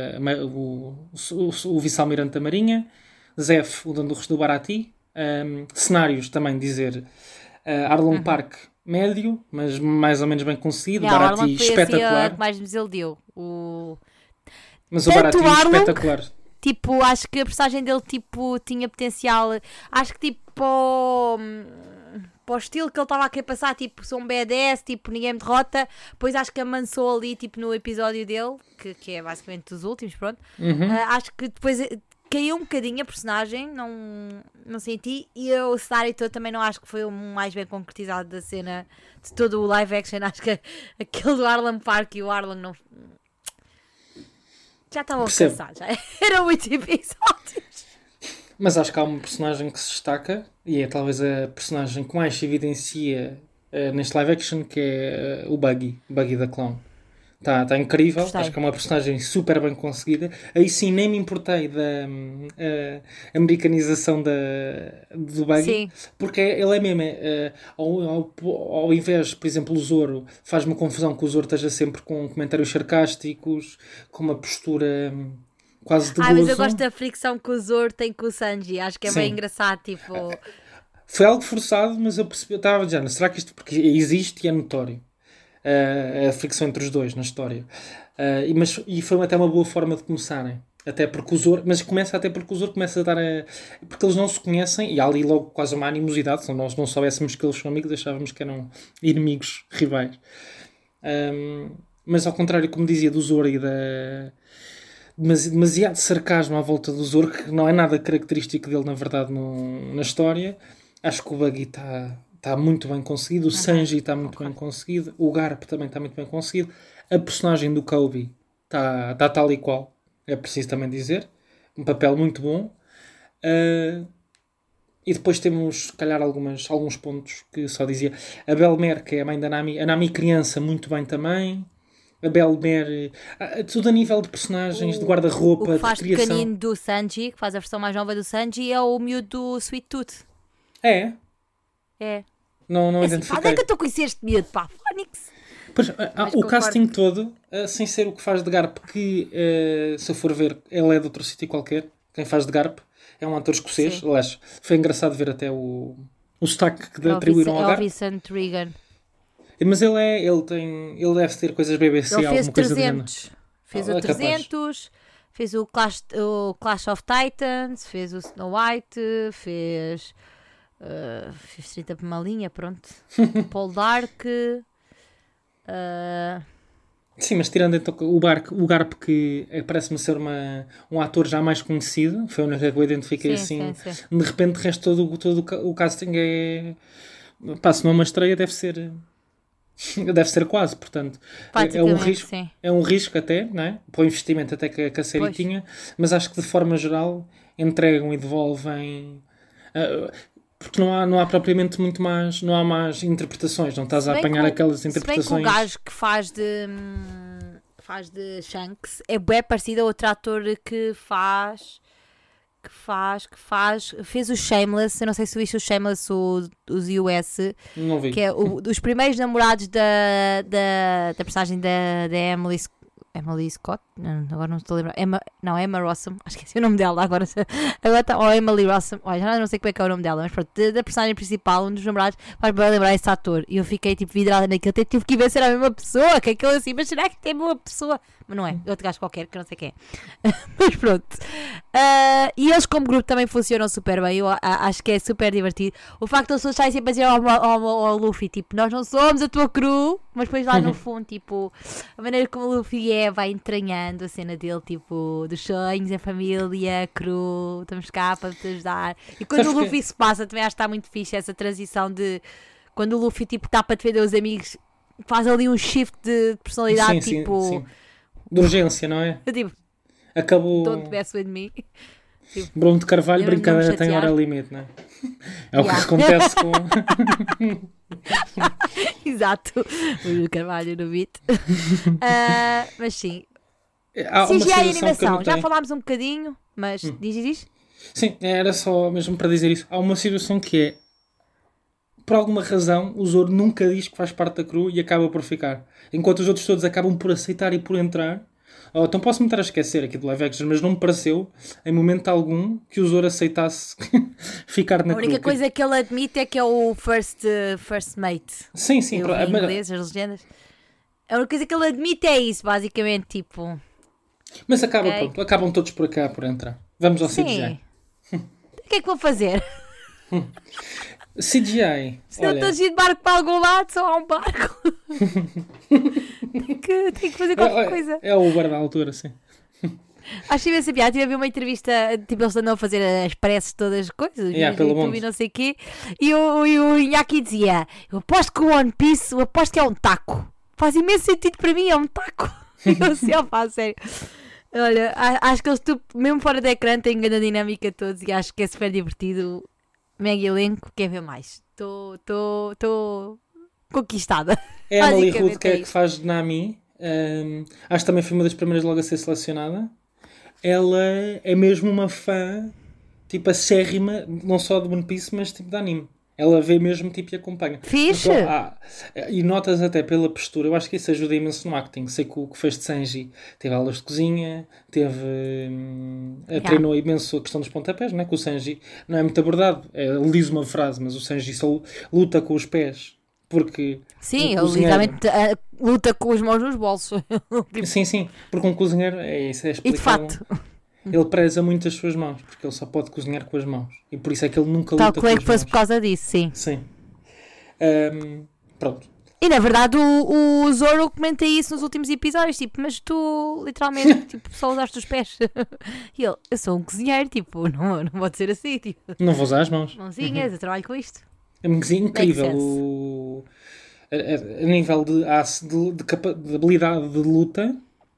[SPEAKER 2] o vice-almirante da Marinha. Zef, o dono do Barati. Cenários, também dizer... Arlong Park, médio, mas mais ou menos bem conseguido. Barati, espetacular.
[SPEAKER 1] Que mais me desiludiu.
[SPEAKER 2] Mas o Barati é espetacular.
[SPEAKER 1] Tipo, acho que a personagem dele tipo, tinha potencial. Acho que tipo para o estilo que ele estava a querer passar, tipo, sou um BDS, tipo, ninguém me derrota. Depois acho que amansou ali, tipo, no episódio dele, que é basicamente dos últimos, pronto. Acho que depois caiu um bocadinho a personagem, não senti. E o cenário todo também não acho que foi o mais bem concretizado da cena de todo o live action. Acho que aquele do Arlong Park e o Arlong não... Já estavam a cansar, já eram muitos episódios.
[SPEAKER 2] Mas acho que há uma personagem que se destaca, e é talvez a personagem que mais se evidencia neste live action, que é o Buggy da Clown. Está incrível.
[SPEAKER 1] Gostei.
[SPEAKER 2] Acho que é uma personagem super bem conseguida. Aí sim, nem me importei da americanização do Buggy.
[SPEAKER 1] Sim.
[SPEAKER 2] Porque ele é mesmo... ao invés, por exemplo, o Zoro, faz-me confusão que o Zoro esteja sempre com comentários sarcásticos, com uma postura... quase de gozo.
[SPEAKER 1] Mas eu gosto da fricção que o Zoro tem com o Sanji. Acho que é bem engraçado, tipo...
[SPEAKER 2] Foi algo forçado, mas eu percebi... Eu estava dizendo, será que isto... Porque existe e é notório. A fricção entre os dois na história. E foi até uma boa forma de começarem. Até porque o Zoro... Mas começa até porque o Zoro começa a dar a... Porque eles não se conhecem e há ali logo quase uma animosidade. Se nós não soubéssemos que eles são amigos, achávamos que eram inimigos, rivais. Mas ao contrário, como dizia, do Zoro e da... demasiado sarcasmo à volta do Zoro, que não é nada característico dele, na verdade, na história. Acho que o Buggy está muito bem conseguido. O Sanji está muito bem conseguido. O Garp também está muito bem conseguido. A personagem do Kobe está tal e qual. É preciso também dizer. Um papel muito bom. E depois temos, se calhar, alguns pontos que só dizia. A Belmer, que é a mãe da Nami. A Nami criança, muito bem também. A Belmer, tudo a nível de personagens, de guarda-roupa, de criação. O que
[SPEAKER 1] faz de pequenino do Sanji, que faz a versão mais nova do Sanji, é o miúdo do Sweet Tooth.
[SPEAKER 2] É?
[SPEAKER 1] É.
[SPEAKER 2] Não
[SPEAKER 1] é
[SPEAKER 2] identifiquei.
[SPEAKER 1] Onde é que eu estou a conhecer este miúdo, pá? Fónix.
[SPEAKER 2] Pois, o casting todo, sem ser o que faz de Garp, que, se eu for ver, ele é de outro sítio qualquer. Quem faz de Garp é um ator escocês. Aliás, foi engraçado ver até o sotaque que atribuíram ao Garp.
[SPEAKER 1] É o Vincent Regan.
[SPEAKER 2] Mas ele deve ter coisas BBC,
[SPEAKER 1] ele fez
[SPEAKER 2] alguma coisa
[SPEAKER 1] 300. Fez o 300, fez o Clash of Titans, fez o Snow White, fez 30 por uma linha, pronto. Paul Dark.
[SPEAKER 2] Sim, mas tirando então o Garp, que parece-me ser um ator já mais conhecido, foi a única que eu identifiquei assim. Sim. De repente, todo o casting é... Pá, se não é uma estreia, deve ser Deve ser quase, portanto. É um
[SPEAKER 1] Praticamente,
[SPEAKER 2] risco,
[SPEAKER 1] sim.
[SPEAKER 2] é um risco até, não é? Para o investimento até que a série
[SPEAKER 1] Pois.
[SPEAKER 2] tinha, mas acho que de forma geral entregam e devolvem. ah, Porque não há propriamente muito mais, não há mais interpretações, não estás
[SPEAKER 1] Se
[SPEAKER 2] a
[SPEAKER 1] bem que
[SPEAKER 2] apanhar
[SPEAKER 1] o,
[SPEAKER 2] aquelas
[SPEAKER 1] se bem que o
[SPEAKER 2] interpretações.
[SPEAKER 1] gajo que faz de Shanks é bem parecido a outro ator fez o Shameless. Eu não sei se viste o Shameless, os US,
[SPEAKER 2] Não
[SPEAKER 1] que
[SPEAKER 2] vi.
[SPEAKER 1] é dos primeiros namorados da personagem da Emily Scott. Não, agora não estou a lembrar. Emma Rossum, acho que é o nome dela agora. Ou Emily Rossum, já não sei como é que é o nome dela, mas pronto, da personagem principal, um dos namorados, faz bem lembrar esse ator. E eu fiquei tipo vidrada naquilo, até tive que ver se era a mesma pessoa, que aquilo assim, mas será que tem uma pessoa? Mas não é, outro gajo qualquer, que eu não sei quem é. Mas pronto. E eles como grupo também funcionam super bem. Eu acho que é super divertido. O facto de eles estarem sempre a dizer ao Luffy, tipo, nós não somos a tua crew, mas depois lá no fundo, tipo, a maneira como o Luffy vai entranhando a cena dele, tipo, dos sonhos, a família, a crew, estamos cá para te ajudar. E quando
[SPEAKER 2] Sabes
[SPEAKER 1] o
[SPEAKER 2] que
[SPEAKER 1] Luffy se passa, também acho que está muito fixe essa transição de quando o Luffy, tipo, está para defender os amigos, faz ali um shift de personalidade,
[SPEAKER 2] sim,
[SPEAKER 1] tipo,
[SPEAKER 2] sim. De urgência, não é?
[SPEAKER 1] tipo, don't
[SPEAKER 2] Acabou.
[SPEAKER 1] mess with me. Tipo,
[SPEAKER 2] Bruno de Carvalho,
[SPEAKER 1] lembra-me de não me
[SPEAKER 2] brincadeira tem hora
[SPEAKER 1] chatear.
[SPEAKER 2] limite, não é? É o que
[SPEAKER 1] Yeah.
[SPEAKER 2] acontece com.
[SPEAKER 1] Exato, o Carvalho no beat. Mas sim,
[SPEAKER 2] Há uma
[SPEAKER 1] CGI e
[SPEAKER 2] situação que eu
[SPEAKER 1] animação, já
[SPEAKER 2] notei.
[SPEAKER 1] falámos um bocadinho, mas diz.
[SPEAKER 2] Sim, era só mesmo para dizer isso. Há uma situação que é, por alguma razão, o Zoro nunca diz que faz parte da crew e acaba por ficar. Enquanto os outros todos acabam por aceitar e por entrar. Oh, então posso-me estar a esquecer aqui do live action, mas não me pareceu, em momento algum, que o Zoro aceitasse ficar na
[SPEAKER 1] A única
[SPEAKER 2] crew.
[SPEAKER 1] coisa que ele admite é que é o first mate.
[SPEAKER 2] Sim, sim.
[SPEAKER 1] Eu vi em inglês, as legendas. A única coisa que ele admite é isso, basicamente, tipo,
[SPEAKER 2] Mas acaba,
[SPEAKER 1] ok?
[SPEAKER 2] pronto, acabam todos por cá, por entrar. Vamos ao CGI.
[SPEAKER 1] Sim. O que é que vou fazer?
[SPEAKER 2] CGI,
[SPEAKER 1] Se não estou
[SPEAKER 2] olha,
[SPEAKER 1] a ir de barco para algum lado, só há um barco. Tenho que fazer qualquer coisa.
[SPEAKER 2] é o Uber da altura, sim.
[SPEAKER 1] Acho imensa piada. Tive a ver uma entrevista, tipo, eles andam a fazer as preces de todas as coisas,
[SPEAKER 2] Yeah,
[SPEAKER 1] no
[SPEAKER 2] pelo
[SPEAKER 1] YouTube
[SPEAKER 2] mundo.
[SPEAKER 1] e não sei o quê. E o Inaki dizia: eu aposto que o One Piece, eu aposto que é um taco. Faz imenso sentido para mim, é um taco. E eu assim, pá, sério. Olha, acho que eles, mesmo fora da ecrã, têm grande dinâmica todos e acho que é super divertido. Mega elenco, quer ver mais? Estou conquistada.
[SPEAKER 2] É a Emily Hood
[SPEAKER 1] Basicamente
[SPEAKER 2] que,
[SPEAKER 1] é
[SPEAKER 2] é que
[SPEAKER 1] isso.
[SPEAKER 2] faz de Nami. Acho que também foi uma das primeiras logo a ser selecionada. Ela é mesmo uma fã, tipo, acérrima, não só de One Piece, mas tipo de anime. Ela vê mesmo tipo, e acompanha. Porque,
[SPEAKER 1] Fixe!
[SPEAKER 2] e notas até pela postura, eu acho que isso ajuda imenso no acting. Sei que o que fez de Sanji teve aulas de cozinha,
[SPEAKER 1] Yeah.
[SPEAKER 2] treinou imenso a questão dos pontapés, né? Que o Sanji não é muito abordado. Ele diz uma frase, mas o Sanji só luta com os pés. Porque um
[SPEAKER 1] Sim, ele
[SPEAKER 2] cozinheiro.
[SPEAKER 1] literalmente luta com as mãos nos bolsos. Tipo,
[SPEAKER 2] Sim, sim, porque um cozinheiro, isso é
[SPEAKER 1] e de
[SPEAKER 2] explicado.
[SPEAKER 1] fato,
[SPEAKER 2] Ele preza muito as suas mãos, porque ele só pode cozinhar com as mãos. E por isso é que ele nunca luta com
[SPEAKER 1] calculei
[SPEAKER 2] as
[SPEAKER 1] que fosse
[SPEAKER 2] mãos.
[SPEAKER 1] por causa disso, sim.
[SPEAKER 2] Sim. Pronto.
[SPEAKER 1] E na verdade o Zoro comenta isso nos últimos episódios, tipo, mas tu literalmente tipo, só usaste os pés. E ele, eu sou um cozinheiro, tipo, não pode ser assim, tipo,
[SPEAKER 2] Não vou usar as mãos.
[SPEAKER 1] mãozinhas, eu trabalho com isto.
[SPEAKER 2] É incrível
[SPEAKER 1] sense.
[SPEAKER 2] a nível de habilidade de luta.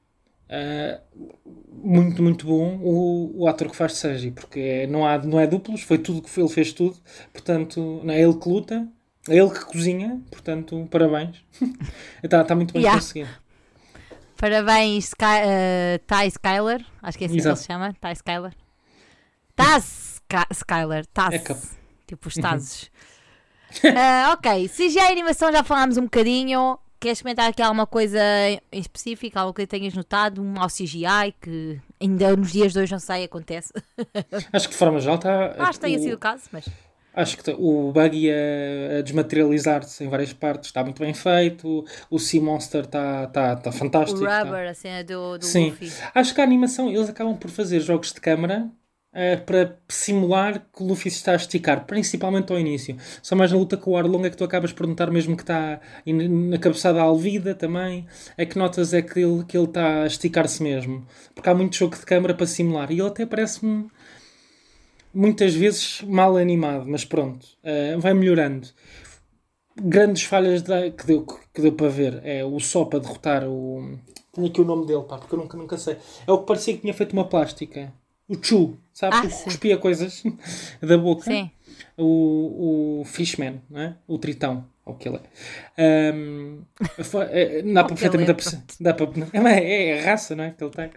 [SPEAKER 2] Muito, muito bom o ator que faz de Sanji, porque não é duplos, foi tudo que ele fez tudo, portanto, não é ele que luta, é ele que cozinha, portanto, parabéns. Está muito bem
[SPEAKER 1] Yeah.
[SPEAKER 2] conseguido.
[SPEAKER 1] Parabéns, Ty Skyler, acho que é assim que ele
[SPEAKER 2] Exato.
[SPEAKER 1] se chama, Ty Skyler. Taz Skyler, Taz,
[SPEAKER 2] É capa.
[SPEAKER 1] tipo os Tazes. Ok, CGI e animação já falámos um bocadinho. Queres comentar aqui alguma coisa em específico, algo que tenhas notado, um mau CGI que ainda nos dias de hoje não sei, acontece?
[SPEAKER 2] Acho que de forma geral está.
[SPEAKER 1] Acho que tenha sido o caso, mas
[SPEAKER 2] Acho que o Buggy a desmaterializar-se em várias partes está muito bem feito. O Sea Monster está
[SPEAKER 1] o
[SPEAKER 2] fantástico.
[SPEAKER 1] Rubber, a cena do
[SPEAKER 2] Sim.
[SPEAKER 1] Luffy.
[SPEAKER 2] Acho que a animação, eles acabam por fazer jogos de câmara para simular que o Luffy se está a esticar, principalmente ao início. Só mais na luta com o Arlong é que tu acabas por notar mesmo que está na cabeçada alvida também. É que notas é que ele está a esticar-se mesmo. Porque há muito jogo de câmara para simular. E ele até parece-me muitas vezes mal animado, mas pronto, vai melhorando. grandes falhas que deu para ver. É o Sop a derrotar o... Tenho aqui o nome dele, pá, porque eu nunca sei. É o que parecia que tinha feito uma plástica. O Chu, sabes? O que cuspia coisas da boca. Sim. O Fishman, não é? O Tritão, ou o que ele é. Dá para perfeitamente é a raça, não é? Que ele tem.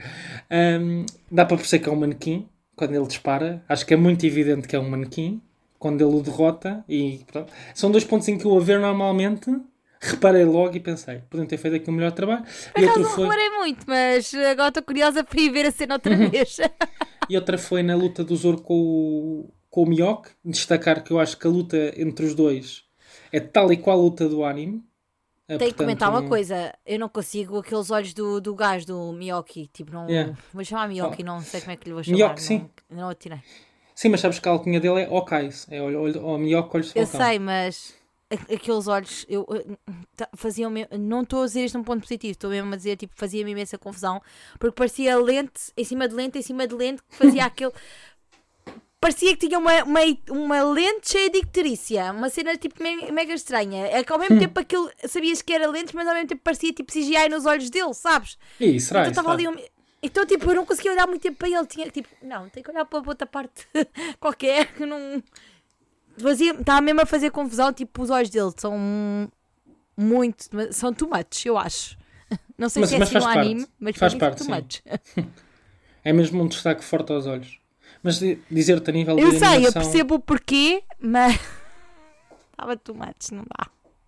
[SPEAKER 2] Dá para perceber que é um manequim quando ele dispara. Acho que é muito evidente que é um manequim quando ele o derrota. E pronto. São dois pontos em que eu a ver normalmente reparei logo e pensei, podiam ter feito aqui um melhor trabalho.
[SPEAKER 1] Por acaso não reparei muito, mas agora estou curiosa para ir ver a cena outra vez.
[SPEAKER 2] E outra foi na luta do Zoro com o Mihawk. Destacar que eu acho que a luta entre os dois é tal e qual a luta do anime.
[SPEAKER 1] Tenho que comentar uma coisa. Eu não consigo aqueles olhos do gajo do Miyuki. Tipo, não... Vou chamar Miyuki, não sei como é que lhe vou chamar.
[SPEAKER 2] Miyuki, sim.
[SPEAKER 1] Não atirei.
[SPEAKER 2] Sim, mas sabes que a alcunha dele é Okais. É o Miyuki olhos de
[SPEAKER 1] falcão. Eu sei, mas aqueles olhos faziam-me... Não estou a dizer isto num ponto positivo. Estou mesmo a dizer, tipo, fazia-me imensa confusão. Porque parecia lente, em cima de lente, que fazia aquele... Parecia que tinha uma lente cheia de icterícia. Uma cena tipo mega estranha. É que ao mesmo tempo aquilo sabias que era lente, mas ao mesmo tempo parecia tipo CGI nos olhos dele, sabes?
[SPEAKER 2] Será?
[SPEAKER 1] Então, então tipo, eu não conseguia olhar muito tempo para ele. Tinha tipo, não, tenho que olhar para outra parte qualquer. Que não... Estava mesmo a fazer confusão. Tipo, os olhos dele são muito... São too much, eu acho. Não sei se é assim no anime, mas
[SPEAKER 2] faz parte, too much. É mesmo um destaque forte aos olhos. Mas dizer-te a nível de animação...
[SPEAKER 1] Eu sei, eu percebo o porquê, mas... Estava too much, não dá.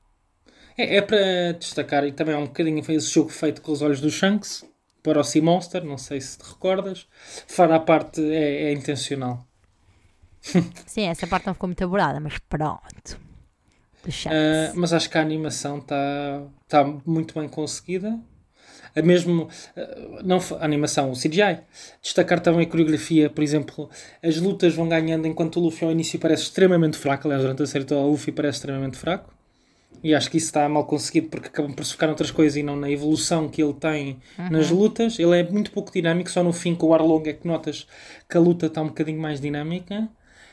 [SPEAKER 2] É para destacar, e também há um bocadinho esse jogo feito com os olhos do Shanks, para o Sea Monster, não sei se te recordas. Fora a parte é intencional.
[SPEAKER 1] Sim, essa parte não ficou muito elaborada, mas pronto.
[SPEAKER 2] Mas acho que a animação está muito bem conseguida. Mesmo não a animação, o CGI. Destacar também a coreografia, por exemplo, as lutas vão ganhando enquanto o Luffy ao início parece extremamente fraco. Aliás, durante a série toda o Luffy parece extremamente fraco, e acho que isso está mal conseguido porque acabam por se focar noutras coisas e não na evolução que ele tem nas lutas. Ele é muito pouco dinâmico, só no fim com o Arlong é que notas que a luta está um bocadinho mais dinâmica.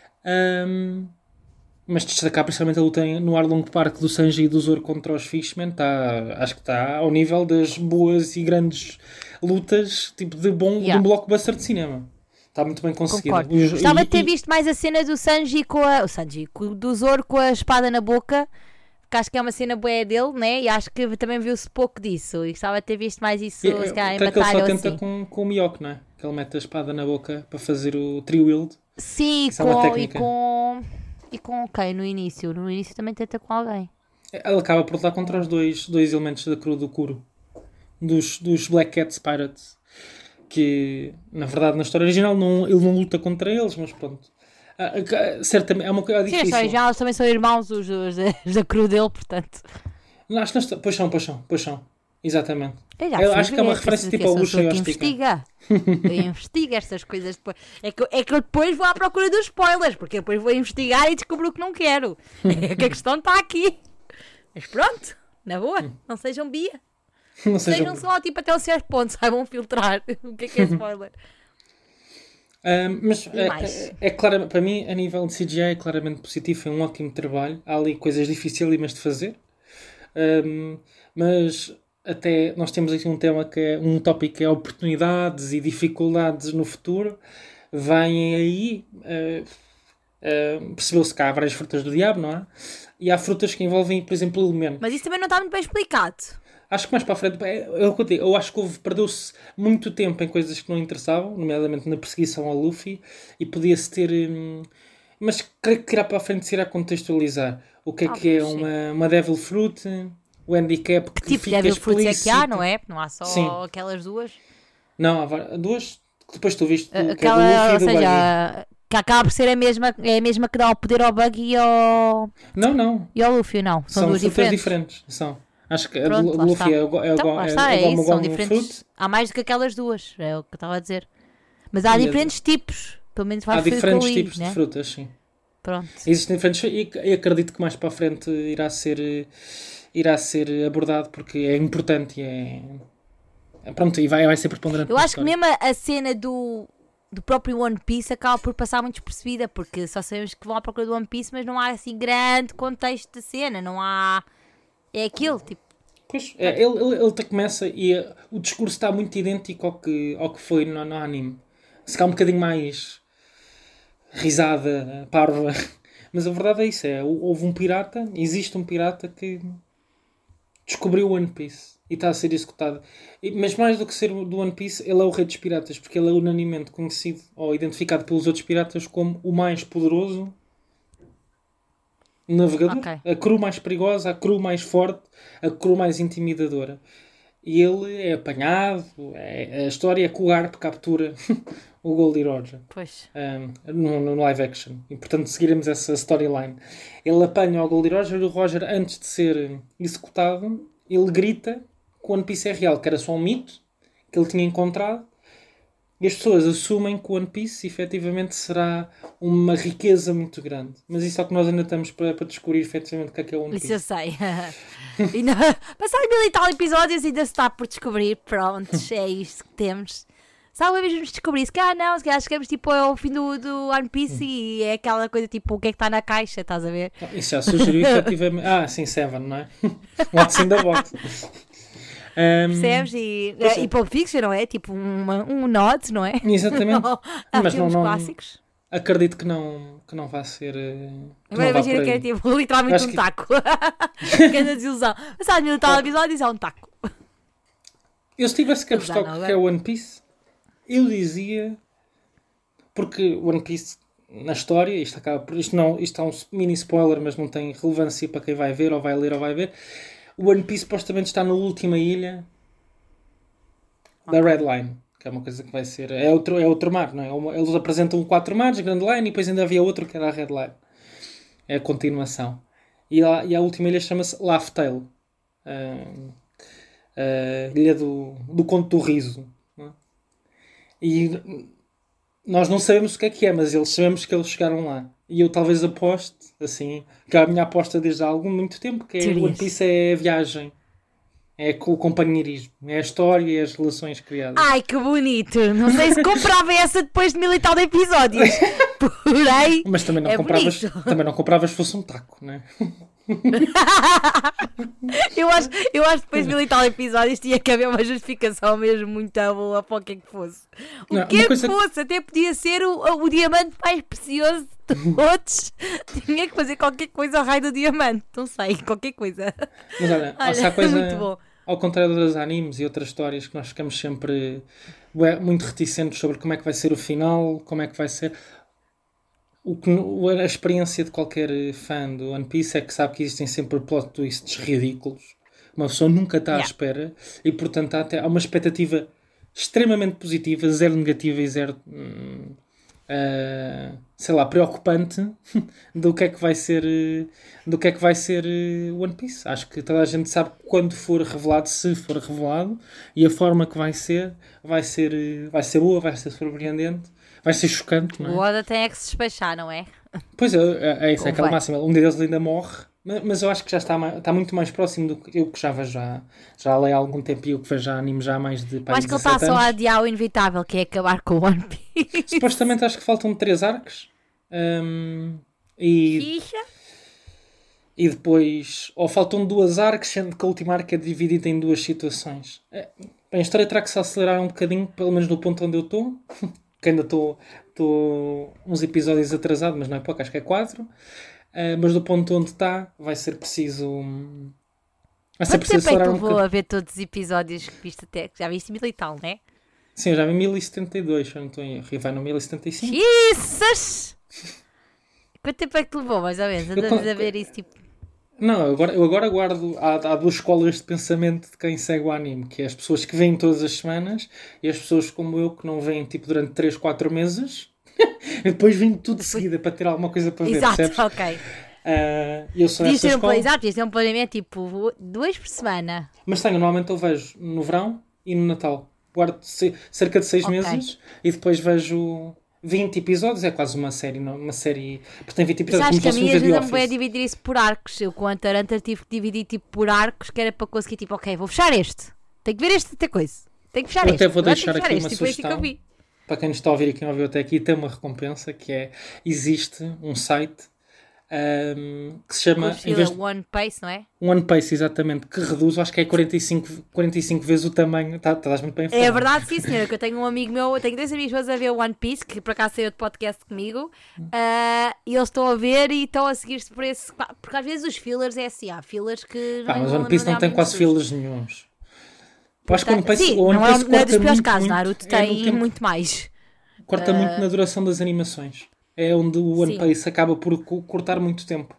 [SPEAKER 2] Mas destacar principalmente a luta no Arlong Park do Sanji e do Zoro contra os Fishmen, acho que está ao nível das boas e grandes lutas, tipo de um blockbuster de cinema. Está muito bem conseguido.
[SPEAKER 1] Gostava de ter visto mais a cena do Sanji do Zoro com a espada na boca, que acho que é uma cena boa dele, né? E acho que também viu-se pouco disso. E gostava de ter visto mais isso, se calhar, em batalha.
[SPEAKER 2] Que ele só tenta assim. com o Mihawk, não é? Que ele mete a espada na boca para fazer o three-wield.
[SPEAKER 1] Sim, e com quem no início? No início também tenta com alguém.
[SPEAKER 2] Ele acaba por lutar contra os dois elementos da crew do Kuro. Dos Black Cats Pirates. Que, na verdade, na história original ele não luta contra eles, mas pronto. Certamente, é uma coisa difícil.
[SPEAKER 1] Sim, já eles também são irmãos os da crew dele, portanto.
[SPEAKER 2] Acho que pois são. Exatamente. Eu acho que é uma referência tipo ao Luxo e ao
[SPEAKER 1] Stika. Eu investigo estas coisas depois. É que eu depois vou à procura dos spoilers, porque depois vou investigar e descubro o que não quero. É que a questão está aqui. Mas pronto, na boa, não sejam bia. Não sejam só tipo até um certo ponto, saibam filtrar o que é spoiler.
[SPEAKER 2] Mas é claro, para mim, a nível de CGI é claramente positivo, é um ótimo trabalho. Há ali coisas dificílimas de fazer. Mas até nós temos aqui um tema que é um tópico que é oportunidades e dificuldades no futuro. Vêm aí, percebeu-se que há várias frutas do diabo, não é? E há frutas que envolvem, por exemplo, elementos.
[SPEAKER 1] Mas isso também não está muito bem explicado.
[SPEAKER 2] Acho que mais para a frente, eu acho que perdeu-se muito tempo em coisas que não interessavam, nomeadamente na perseguição ao Luffy, e podia-se ter... mas creio que irá para a frente se irá contextualizar o que é uma Devil Fruit, o handicap que
[SPEAKER 1] tipo
[SPEAKER 2] fica
[SPEAKER 1] Devil
[SPEAKER 2] explícito.
[SPEAKER 1] Fruits é que há, não é? Não há só aquelas duas?
[SPEAKER 2] Não, há duas que depois tu viste,
[SPEAKER 1] aquela,
[SPEAKER 2] que é do Luffy e do
[SPEAKER 1] Buggy. Que acaba por ser a mesma que dá o poder ao Buggy e ao...
[SPEAKER 2] Não.
[SPEAKER 1] E ao Luffy, não. São duas
[SPEAKER 2] diferentes. São. Acho que a do Luffy é
[SPEAKER 1] isso, são diferentes. Há mais do que aquelas duas, é o que eu estava a dizer. Mas há diferentes tipos. Pelo menos
[SPEAKER 2] há diferentes tipos de frutas, sim.
[SPEAKER 1] Pronto.
[SPEAKER 2] Existem diferentes e acredito que mais para a frente irá ser abordado porque é importante e pronto, e vai ser preponderante.
[SPEAKER 1] Eu acho que mesmo a cena do do próprio One Piece acaba por passar muito despercebida, porque só sabemos que vão à procura do One Piece, mas não há assim grande contexto da cena, não há... É aquilo, tipo...
[SPEAKER 2] Pois, ele até começa e o discurso está muito idêntico ao que foi no anime. Se calhar um bocadinho mais risada, parva. Mas a verdade é isso, houve um pirata, existe um pirata que descobriu o One Piece e está a ser executado. Mas mais do que ser do One Piece, ele é o rei dos piratas, porque ele é unanimemente conhecido ou identificado pelos outros piratas como o mais poderoso navegador, a crew mais perigosa, a crew mais forte, a crew mais intimidadora. E ele é apanhado, a história é que o Garp captura o Goldie Roger no live action. E portanto seguiremos essa storyline. Ele apanha o Goldie Roger e o Roger, antes de ser executado, ele grita que o One Piece é real, que era só um mito que ele tinha encontrado. E as pessoas assumem que o One Piece efetivamente será uma riqueza muito grande. Mas isso é o que nós ainda estamos para descobrir efetivamente o que é o One Piece.
[SPEAKER 1] Isso eu sei. Passar 1000 e tal episódios e ainda se está por descobrir. Prontos, é isto que temos. Se alguma vez vamos descobrir, se calhar não, se calhar chegamos tipo ao fim do One Piece e é aquela coisa tipo o que é que está na caixa, estás a ver?
[SPEAKER 2] Isso já sugeriu efetivamente. Sim, Seven, não é? What's in the box.
[SPEAKER 1] Percebes? E Pulp Fiction, não é? Tipo um nod, não é?
[SPEAKER 2] Exatamente. Mas não,
[SPEAKER 1] clássicos.
[SPEAKER 2] Acredito que não vai ser.
[SPEAKER 1] Agora imagina que é tipo literalmente um taco. Grande desilusão. Mas sabe, no tal episódio é um taco.
[SPEAKER 2] Eu se tivesse que apostar o que é One Piece, eu dizia. Porque One Piece na história, isto é um mini spoiler, mas não tem relevância para quem vai ver, ou vai ler, ou vai ver. O One Piece supostamente está na última ilha da Red Line, que é uma coisa que vai ser... É outro mar, não é? Eles apresentam 4 mares, Grand Line, e depois ainda havia outro que era a Red Line. É a continuação. E a última ilha chama-se Laugh Tale. Ilha do Conto do Riso. Não é? E nós não sabemos o que é, mas sabemos que eles chegaram lá. E eu talvez aposte, assim, que é a minha aposta desde há muito tempo, que o One Piece é a viagem, é o companheirismo, é a história e as relações criadas.
[SPEAKER 1] Ai, que bonito! Não sei se comprava essa depois de 1000 e tal de episódios. Porém,
[SPEAKER 2] mas também não compravas se fosse um taco, não é?
[SPEAKER 1] eu acho que depois de 1000 e tal episódios tinha que haver uma justificação mesmo muito boa para o que é que fosse. Fosse, até podia ser o diamante mais precioso de todos. Tinha que fazer qualquer coisa ao raio do diamante. Não sei, qualquer coisa.
[SPEAKER 2] Mas olha essa coisa, muito bom. Ao contrário dos animes e outras histórias que nós ficamos sempre muito reticentes sobre como é que vai ser o final, como é que vai ser... A experiência de qualquer fã do One Piece é que sabe que existem sempre plot twists ridículos. Uma pessoa nunca está à espera e, portanto, há uma expectativa extremamente positiva, zero negativa e zero, preocupante do que é que vai ser One Piece. Acho que toda a gente sabe quando for revelado, se for revelado, e a forma que vai ser boa, vai ser surpreendente. Vai ser chocante, não é?
[SPEAKER 1] O Oda tem que se despachar, não é?
[SPEAKER 2] Pois é isso, é aquela máxima. Um deles ainda morre, mas eu acho que já está muito mais próximo do que eu que já vejo já leio há algum tempo e eu que vejo já anime já há mais de 17 anos.
[SPEAKER 1] Acho que ele está só a adiar o inevitável, que é acabar com o One Piece.
[SPEAKER 2] Supostamente acho que faltam 3 arcos. E depois... Ou faltam 2 arcos, sendo que a última arco é dividida em 2 situações. Bem, a história terá que se acelerar um bocadinho, pelo menos no ponto onde eu estou. Que ainda estou uns episódios atrasado, mas não é pouco, acho que é 4. Mas do ponto onde está, vai ser preciso...
[SPEAKER 1] Quanto tempo é que eu vou a ver todos os episódios que viste até? Já viste 1000 e tal, não é?
[SPEAKER 2] Sim, eu já vi 1072, se eu não estou em erro. E vai no 1075.
[SPEAKER 1] Jesus! Quanto tempo é que te levou, mais ou menos? Andamos a ver isso, tipo...
[SPEAKER 2] Não, eu agora guardo... Há 2 escolas de pensamento de quem segue o anime, que é as pessoas que vêm todas as semanas e as pessoas como eu que não vêm tipo durante 3, 4 meses e depois vêm tudo de seguida para ter alguma coisa para ver, percebes?
[SPEAKER 1] Exato, ok.
[SPEAKER 2] Eu sou essa escola.
[SPEAKER 1] Exato, isto é um planeamento tipo 2 por semana.
[SPEAKER 2] Mas normalmente eu vejo no verão e no Natal. Guardo cerca de 6 meses e depois vejo... 20 episódios, é quase uma série, porque tem 20 episódios.
[SPEAKER 1] Mas acho que a minha ajuda-me foi a dividir isso por arcos. Eu com a Atalanta tive que dividir tipo por arcos, que era para conseguir ok, vou fechar este, tenho que ver este até coisa, tenho que fechar este.
[SPEAKER 2] Até vou deixar aqui uma
[SPEAKER 1] tipo,
[SPEAKER 2] sugestão para quem nos está a ouvir e quem ouviu até aqui, tem uma recompensa que é, existe um site que se chama...
[SPEAKER 1] One Pace, não é?
[SPEAKER 2] One Pace, exatamente, que reduz, acho que é 45 vezes o tamanho. Estás muito bem informado.
[SPEAKER 1] É verdade, sim, senhora, que eu tenho um amigo meu, eu tenho 2 amigos meus a ver One Piece, que por acaso saiu de podcast comigo, e eles estão a ver e estão a seguir-se por esse... Porque às vezes os fillers é assim, há fillers que...
[SPEAKER 2] Mas One Piece não tem quase fillers nenhuns. Eu acho que One Piece,
[SPEAKER 1] sim,
[SPEAKER 2] o One
[SPEAKER 1] não
[SPEAKER 2] Piece
[SPEAKER 1] é um dos piores casos,
[SPEAKER 2] muito,
[SPEAKER 1] Naruto tem muito mais.
[SPEAKER 2] Corta muito na duração das animações. É onde o One Piece acaba por cortar muito tempo.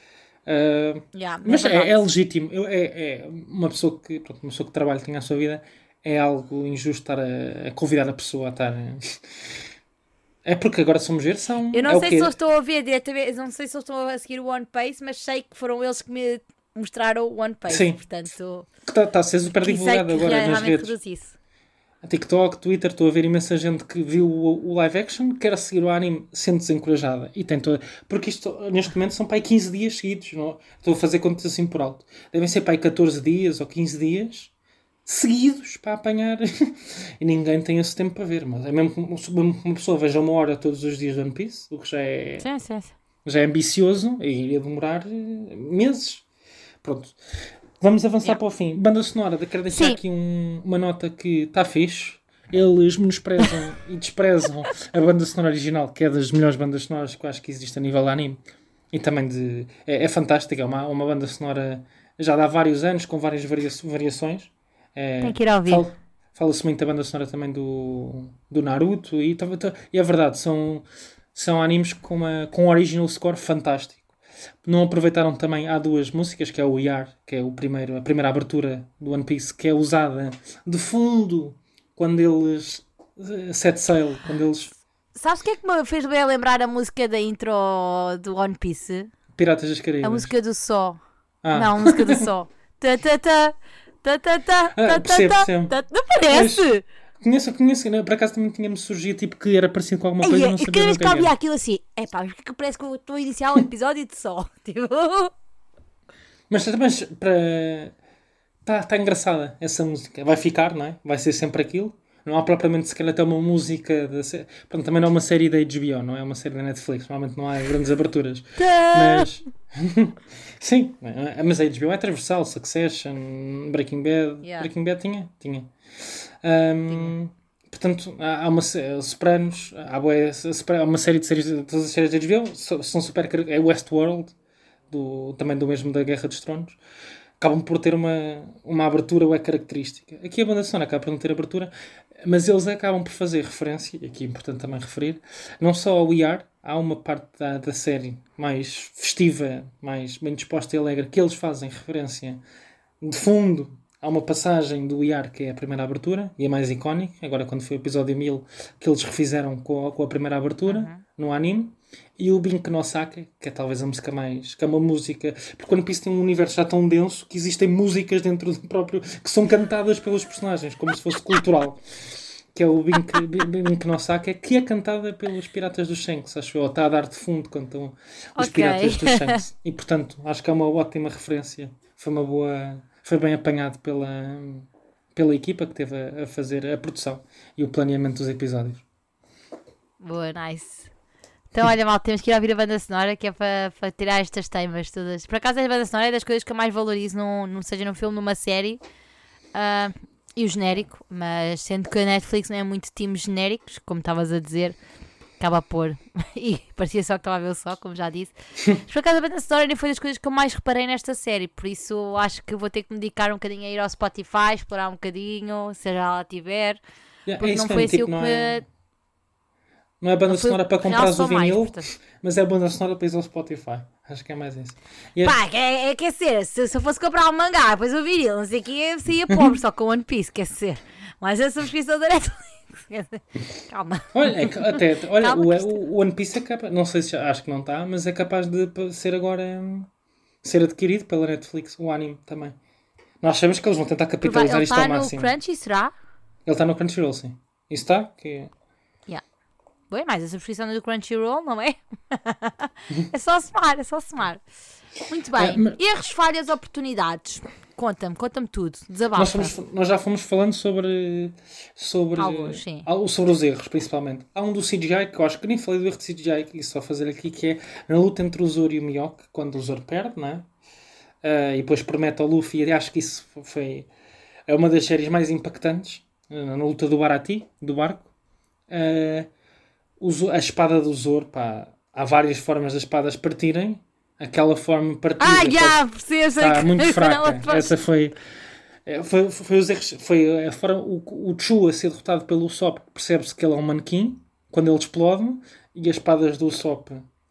[SPEAKER 2] Mas é legítimo. É uma pessoa que trabalha, tem a sua vida, é algo injusto estar a convidar a pessoa a estar. É porque agora somos ver, são.
[SPEAKER 1] Eu não sei se eu estou a ver diretamente, não sei se eu estou a seguir o One Piece, mas sei que foram eles que me mostraram o One Piece.
[SPEAKER 2] Sim.
[SPEAKER 1] Portanto,
[SPEAKER 2] está a ser super divulgado agora nas redes. TikTok, Twitter, estou a ver imensa gente que viu o live action, quer seguir o anime, sendo desencorajada. E tem toda... Porque isto, neste momento, são para aí 15 dias seguidos. Não? Estou a fazer contas assim por alto. Devem ser para aí 14 dias ou 15 dias seguidos para apanhar. E ninguém tem esse tempo para ver. Mas é mesmo que uma pessoa veja 1 hora todos os dias de One Piece, o que já é, já é ambicioso e iria demorar meses. Pronto. Vamos avançar para o fim. Banda sonora, quero deixar aqui uma nota que está fixe. Eles menosprezam e desprezam a banda sonora original, que é das melhores bandas sonoras que eu acho que existe a nível de anime. E também é fantástica. É uma banda sonora já de há vários anos, com várias variações.
[SPEAKER 1] Tem que ir ao vivo.
[SPEAKER 2] Fala-se muito da banda sonora também do Naruto. E é verdade, são animes com um original score fantástico. Não aproveitaram também, há 2 músicas, que é o ER, que é a primeira abertura do One Piece, que é usada de fundo quando eles set sail, quando eles...
[SPEAKER 1] Sabes o que é que me fez bem lembrar a música da intro do One Piece?
[SPEAKER 2] Piratas das Caraíbas.
[SPEAKER 1] A música do Sol. Não, a música do Sol.
[SPEAKER 2] Percebo.
[SPEAKER 1] Não parece?
[SPEAKER 2] Conheço, por acaso também tinha-me surgido tipo que era parecido com alguma coisa, não sabia.
[SPEAKER 1] Cada vez que havia aquilo assim, porque parece que eu estou a iniciar um episódio de Sol. Tipo...
[SPEAKER 2] Mas está engraçada essa música. Vai ficar, não é? Vai ser sempre aquilo. Não há propriamente sequer até uma música Pronto, também não é uma série da HBO, não é uma série da Netflix. Normalmente não há grandes aberturas. Mas sim, mas a HBO é transversal. Succession, Breaking Bad. Breaking Bad tinha. Portanto, há uma Sopranos, há uma série de séries, todas as séries da HBO são super. É Westworld, também do mesmo da Guerra dos Tronos. Acabam por ter uma abertura ou é característica. Aqui a banda sonora acaba por não ter abertura, mas eles acabam por fazer referência, e aqui é importante também referir, não só ao ER, há uma parte da série mais festiva, mais bem disposta e alegre, que eles fazem referência de fundo. Há uma passagem do ER que é a primeira abertura e é mais icónica, agora quando foi o episódio 1000 que eles refizeram com a primeira abertura no anime. E o Binko no Sake, que é talvez a música que é uma música, porque One Piece tem um universo já tão denso que existem músicas dentro do próprio, que são cantadas pelos personagens, como se fosse cultural, que é o Binko no Sake, que é cantada pelos Piratas dos Shanks, acho eu, está a dar de fundo quando estão os Piratas dos Shanks. E portanto, acho que é uma ótima referência, foi bem apanhado pela equipa que teve a fazer a produção e o planeamento dos episódios.
[SPEAKER 1] Boa, nice. Então, olha, mal, temos que ir ouvir a banda sonora, que é para tirar estas temas todas. Por acaso, a banda sonora é das coisas que eu mais valorizo, seja num filme, numa série, e o genérico, mas sendo que a Netflix não é muito time genéricos, como estavas a dizer, acaba a pôr, e parecia só que estava a ver o sol, como já disse. Mas por acaso, a banda sonora foi das coisas que eu mais reparei nesta série, por isso acho que vou ter que me dedicar um bocadinho a ir ao Spotify, explorar um bocadinho, seja lá tiver, porque não foi assim o que...
[SPEAKER 2] Não é banda sonora para comprar o vinil, mas é banda sonora para ir ao Spotify. Acho que é mais isso.
[SPEAKER 1] Pá, quer ser, se eu fosse comprar um mangá, depois o vinil, não sei o que, eu saía pobre só com One Piece, quer ser. Mas a subscrição da Netflix. Calma.
[SPEAKER 2] Olha, o One Piece é capaz, não sei se acho que não está, mas é capaz de ser agora ser adquirido pela Netflix, o anime também. Nós sabemos que eles vão tentar capitalizar isto ao máximo.
[SPEAKER 1] Ele está no Crunchy, será?
[SPEAKER 2] Ele está no Crunchyroll, sim. Isso está? Que...
[SPEAKER 1] Bem, mas a subscrição do Crunchyroll, não é? É só somar. Muito bem. Erros, falhas, oportunidades. Conta-me tudo.
[SPEAKER 2] Nós,
[SPEAKER 1] Desabafa.
[SPEAKER 2] nós já fomos falando sobre,
[SPEAKER 1] Alguns, sim.
[SPEAKER 2] sobre os erros, principalmente. Há um do CGI, que eu acho que nem falei do erro de CGI, que só fazer aqui, que é na luta entre o Zoro e o Mihawk, quando o Zoro perde, não é? E depois promete ao Luffy, e acho que isso é uma das séries mais impactantes, na luta do Barati, do barco. A espada do Zoro, pá, há várias formas das espadas partirem. Aquela forma partida está muito fraca. Essa foi os erros. Foi a forma, o Chu a ser derrotado pelo Usopp, percebe-se que ele é um manequim quando ele explode, e as espadas do Usopp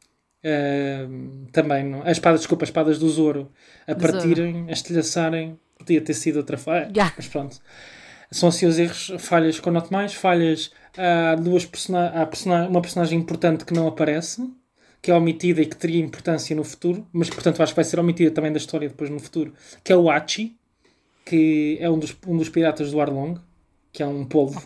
[SPEAKER 2] também não. As espadas do Zoro a partirem, a estilhaçarem, podia ter sido outra forma. Mas pronto. São assim os erros, falhas com not mais, falhas. Há uma personagem importante que não aparece, que é omitida e que teria importância no futuro, mas portanto acho que vai ser omitida também da história depois no futuro, que é o Hachi, que é um dos piratas do Arlong, que é um polvo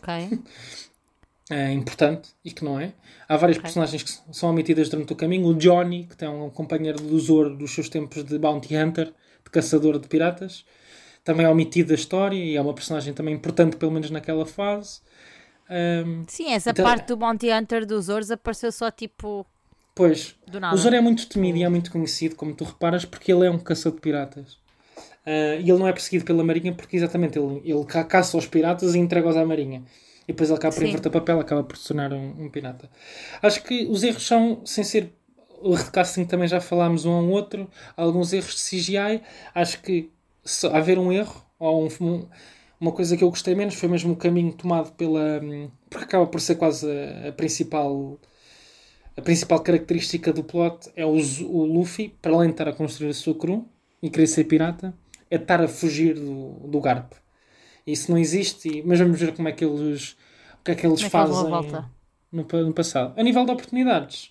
[SPEAKER 2] importante e que não é. Há várias personagens que são omitidas durante o caminho. O Johnny, que tem um companheiro do Zoro dos seus tempos de Bounty Hunter, de caçador de piratas, também é omitido da história e é uma personagem também importante, pelo menos naquela fase.
[SPEAKER 1] Sim, essa parte do Bounty Hunter dos Zoro apareceu só tipo...
[SPEAKER 2] Pois, o Zoro é muito temido e é muito conhecido, como tu reparas, porque ele é um caçador de piratas. E ele não é perseguido pela Marinha porque exatamente ele caça os piratas e entrega-os à Marinha. E depois ele acaba por inverter papel, acaba por se tornar um pirata. Acho que os erros são, sem ser... O erro de casting também já falámos um ao outro. Alguns erros de CGI. Acho que se haver um erro, ou uma coisa que eu gostei menos, foi mesmo o caminho tomado pela... Porque acaba por ser quase a principal característica do plot é o Luffy, para além de estar a construir a sua crew e querer ser pirata, é estar a fugir do Garp. Isso não existe, mas vamos ver como é que eles, o que é que eles fazem no passado. A nível de oportunidades,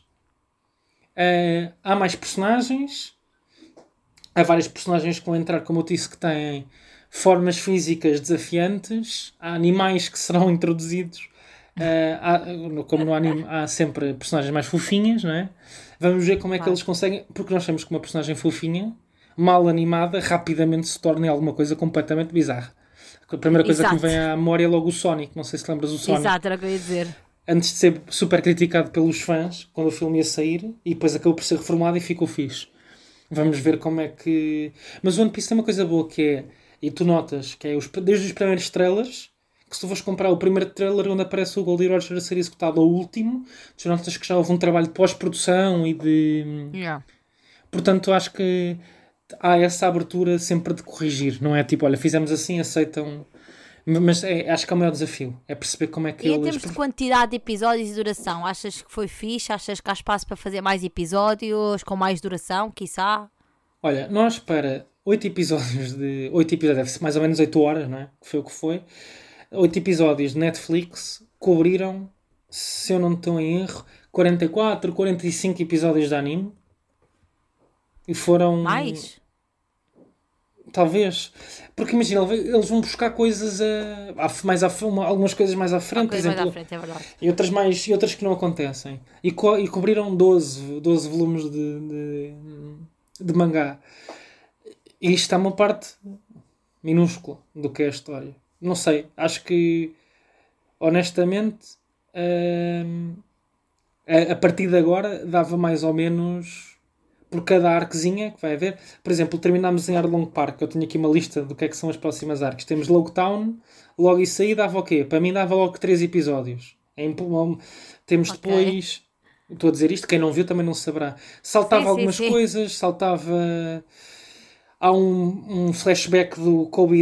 [SPEAKER 2] há mais personagens, há vários personagens que vão entrar, como eu disse, que têm formas físicas desafiantes, há animais que serão introduzidos. Como no anime há sempre personagens mais fofinhas, não é? Vamos ver como é que eles conseguem, porque nós sabemos que uma personagem fofinha, mal animada, rapidamente se torna em alguma coisa completamente bizarra. A primeira coisa que me vem à memória é logo o Sonic, não sei se lembras do Sonic.
[SPEAKER 1] Exato, era o que eu ia dizer.
[SPEAKER 2] Antes de ser super criticado pelos fãs, quando o filme ia sair, e depois acabou por ser reformado e ficou fixe. Vamos ver como é que... Mas o One Piece tem uma coisa boa que é, e tu notas, que é desde os primeiros trailers, que se tu fores comprar o primeiro trailer onde aparece o Goldie Roger a ser executado ao último, tu notas que já houve um trabalho de pós-produção e de... Portanto, acho que há essa abertura sempre de corrigir. Não é tipo, olha, fizemos assim, aceitam... Mas acho que é o maior desafio. É perceber como é que
[SPEAKER 1] eles... em termos de quantidade de episódios e duração, achas que foi fixe? Achas que há espaço para fazer mais episódios com mais duração, quiçá?
[SPEAKER 2] Olha, nós para 8 episódios, deve ser mais ou menos 8 horas, não é? Que foi o que foi. 8 episódios de Netflix cobriram, se eu não estou em erro, 44, 45 episódios de anime. E foram...
[SPEAKER 1] Mais?
[SPEAKER 2] Talvez. Porque imagina, eles vão buscar coisas algumas coisas mais à frente, por exemplo,
[SPEAKER 1] mais à frente, é verdade.
[SPEAKER 2] e outras que não acontecem. E cobriram 12 volumes de mangá. E isto é uma parte minúscula do que é a história. Não sei, acho que honestamente a partir de agora dava mais ou menos por cada arquezinha que vai haver. Por exemplo, terminámos em Arlong Park. Eu tenho aqui uma lista do que é que são as próximas arcos. Temos Logtown, logo isso aí dava o quê? Para mim dava logo 3 episódios. Temos depois... Estou a dizer isto, quem não viu também não saberá. Saltava algumas coisas, saltava... Há um flashback do Kobe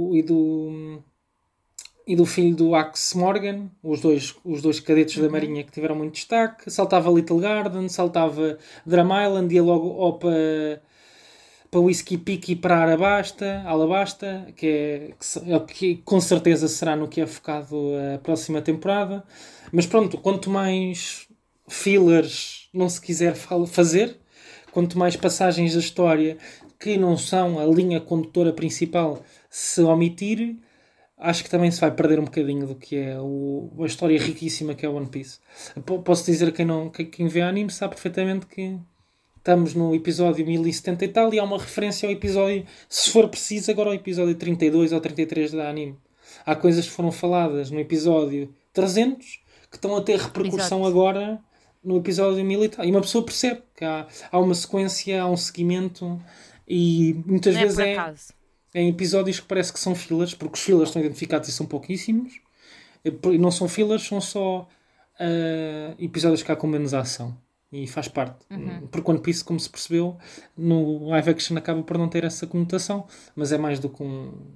[SPEAKER 2] e do filho do Axe Morgan, os dois cadetes da Marinha que tiveram muito destaque. Saltava Little Garden, saltava Drum Island, ia logo para Whiskey Peak e para Alabasta, que com certeza será no que é focado a próxima temporada. Mas pronto, quanto mais fillers não se quiser fazer, quanto mais passagens da história que não são a linha condutora principal se omitir, acho que também se vai perder um bocadinho do que é a história riquíssima que é One Piece. Posso dizer a quem vê anime sabe perfeitamente que estamos no episódio 1070 e tal, e há uma referência ao episódio, se for preciso, agora ao episódio 32 ou 33 da anime. Há coisas que foram faladas no episódio 300 que estão a ter repercussão
[SPEAKER 1] Exato.
[SPEAKER 2] agora no episódio 1000 e tal. E uma pessoa percebe que há uma sequência, há um seguimento, e muitas
[SPEAKER 1] Não é
[SPEAKER 2] vezes
[SPEAKER 1] por acaso.
[SPEAKER 2] em episódios que parece que são fillers, porque os fillers estão identificados e são pouquíssimos. E não são fillers, são só episódios que há com menos ação. E faz parte. Porque One Piece, como se percebeu, no live action acaba por não ter essa conotação, mas é mais do que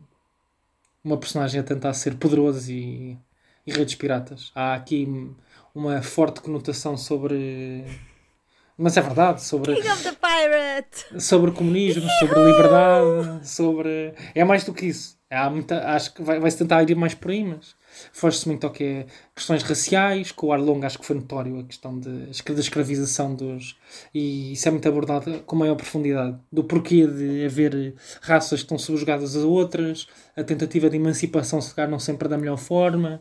[SPEAKER 2] uma personagem a tentar ser poderoso e rei dos piratas. Há aqui uma forte conotação sobre... Mas é verdade, sobre
[SPEAKER 1] King of the Pirate!
[SPEAKER 2] sobre comunismo, sobre liberdade, sobre... É mais do que isso. Acho que vai-se tentar ir mais por aí, mas foge-se muito ao que é questões raciais. Com o Arlong acho que foi notório a questão da escravização dos... E isso é muito abordado com maior profundidade. Do porquê de haver raças que estão subjugadas a outras, a tentativa de emancipação se calhar não sempre da melhor forma.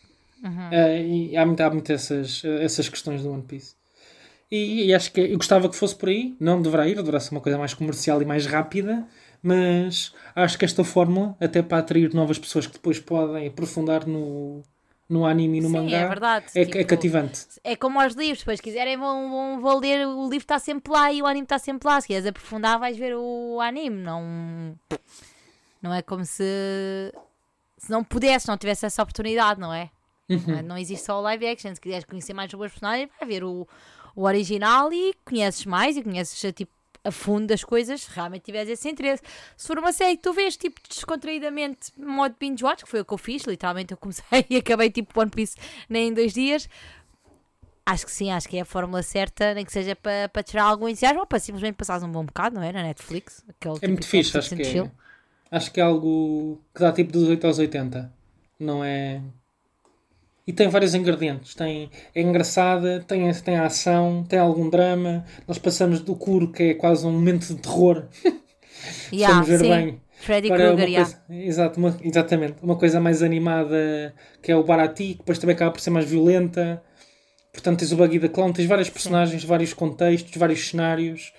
[SPEAKER 2] E há muito essas questões do One Piece. E acho que eu gostava que fosse por aí. Não deverá ser uma coisa mais comercial e mais rápida, mas acho que esta fórmula, até para atrair novas pessoas que depois podem aprofundar no anime e no
[SPEAKER 1] Sim,
[SPEAKER 2] mangá,
[SPEAKER 1] é verdade.
[SPEAKER 2] é
[SPEAKER 1] Tipo,
[SPEAKER 2] cativante.
[SPEAKER 1] é como aos livros, depois quiserem vão ler, o livro está sempre lá e o anime está sempre lá. Se queres aprofundar, vais ver o anime. Não é como se não pudesse, não tivesse essa oportunidade, não é? Não existe só o live action. Se quiseres conhecer mais sobre os personagens, vai ver o original e conheces mais e conheces tipo, a fundo as coisas, se realmente tiveres esse interesse. Se for uma série que tu vês tipo descontraídamente, modo binge watch, que foi o que eu fiz, literalmente eu comecei e acabei tipo One Piece nem em 2 dias. Acho que sim, acho que é a fórmula certa, nem que seja para tirar algum entusiasmo ou para simplesmente passares um bom bocado, não é? Na Netflix.
[SPEAKER 2] É muito fixe, acho que é algo que dá tipo dos 8 aos 80. Não é... E tem vários ingredientes. É engraçada, tem ação, tem algum drama. Nós passamos do Kuro, que é quase um momento de terror. Vamos ver
[SPEAKER 1] sim.
[SPEAKER 2] bem.
[SPEAKER 1] Freddy
[SPEAKER 2] Para
[SPEAKER 1] Krueger,
[SPEAKER 2] uma coisa, exatamente. Uma coisa mais animada, que é o Barati, que depois também acaba por ser mais violenta. Portanto, tens o Buggy the Clown, tens vários personagens, vários contextos, vários cenários.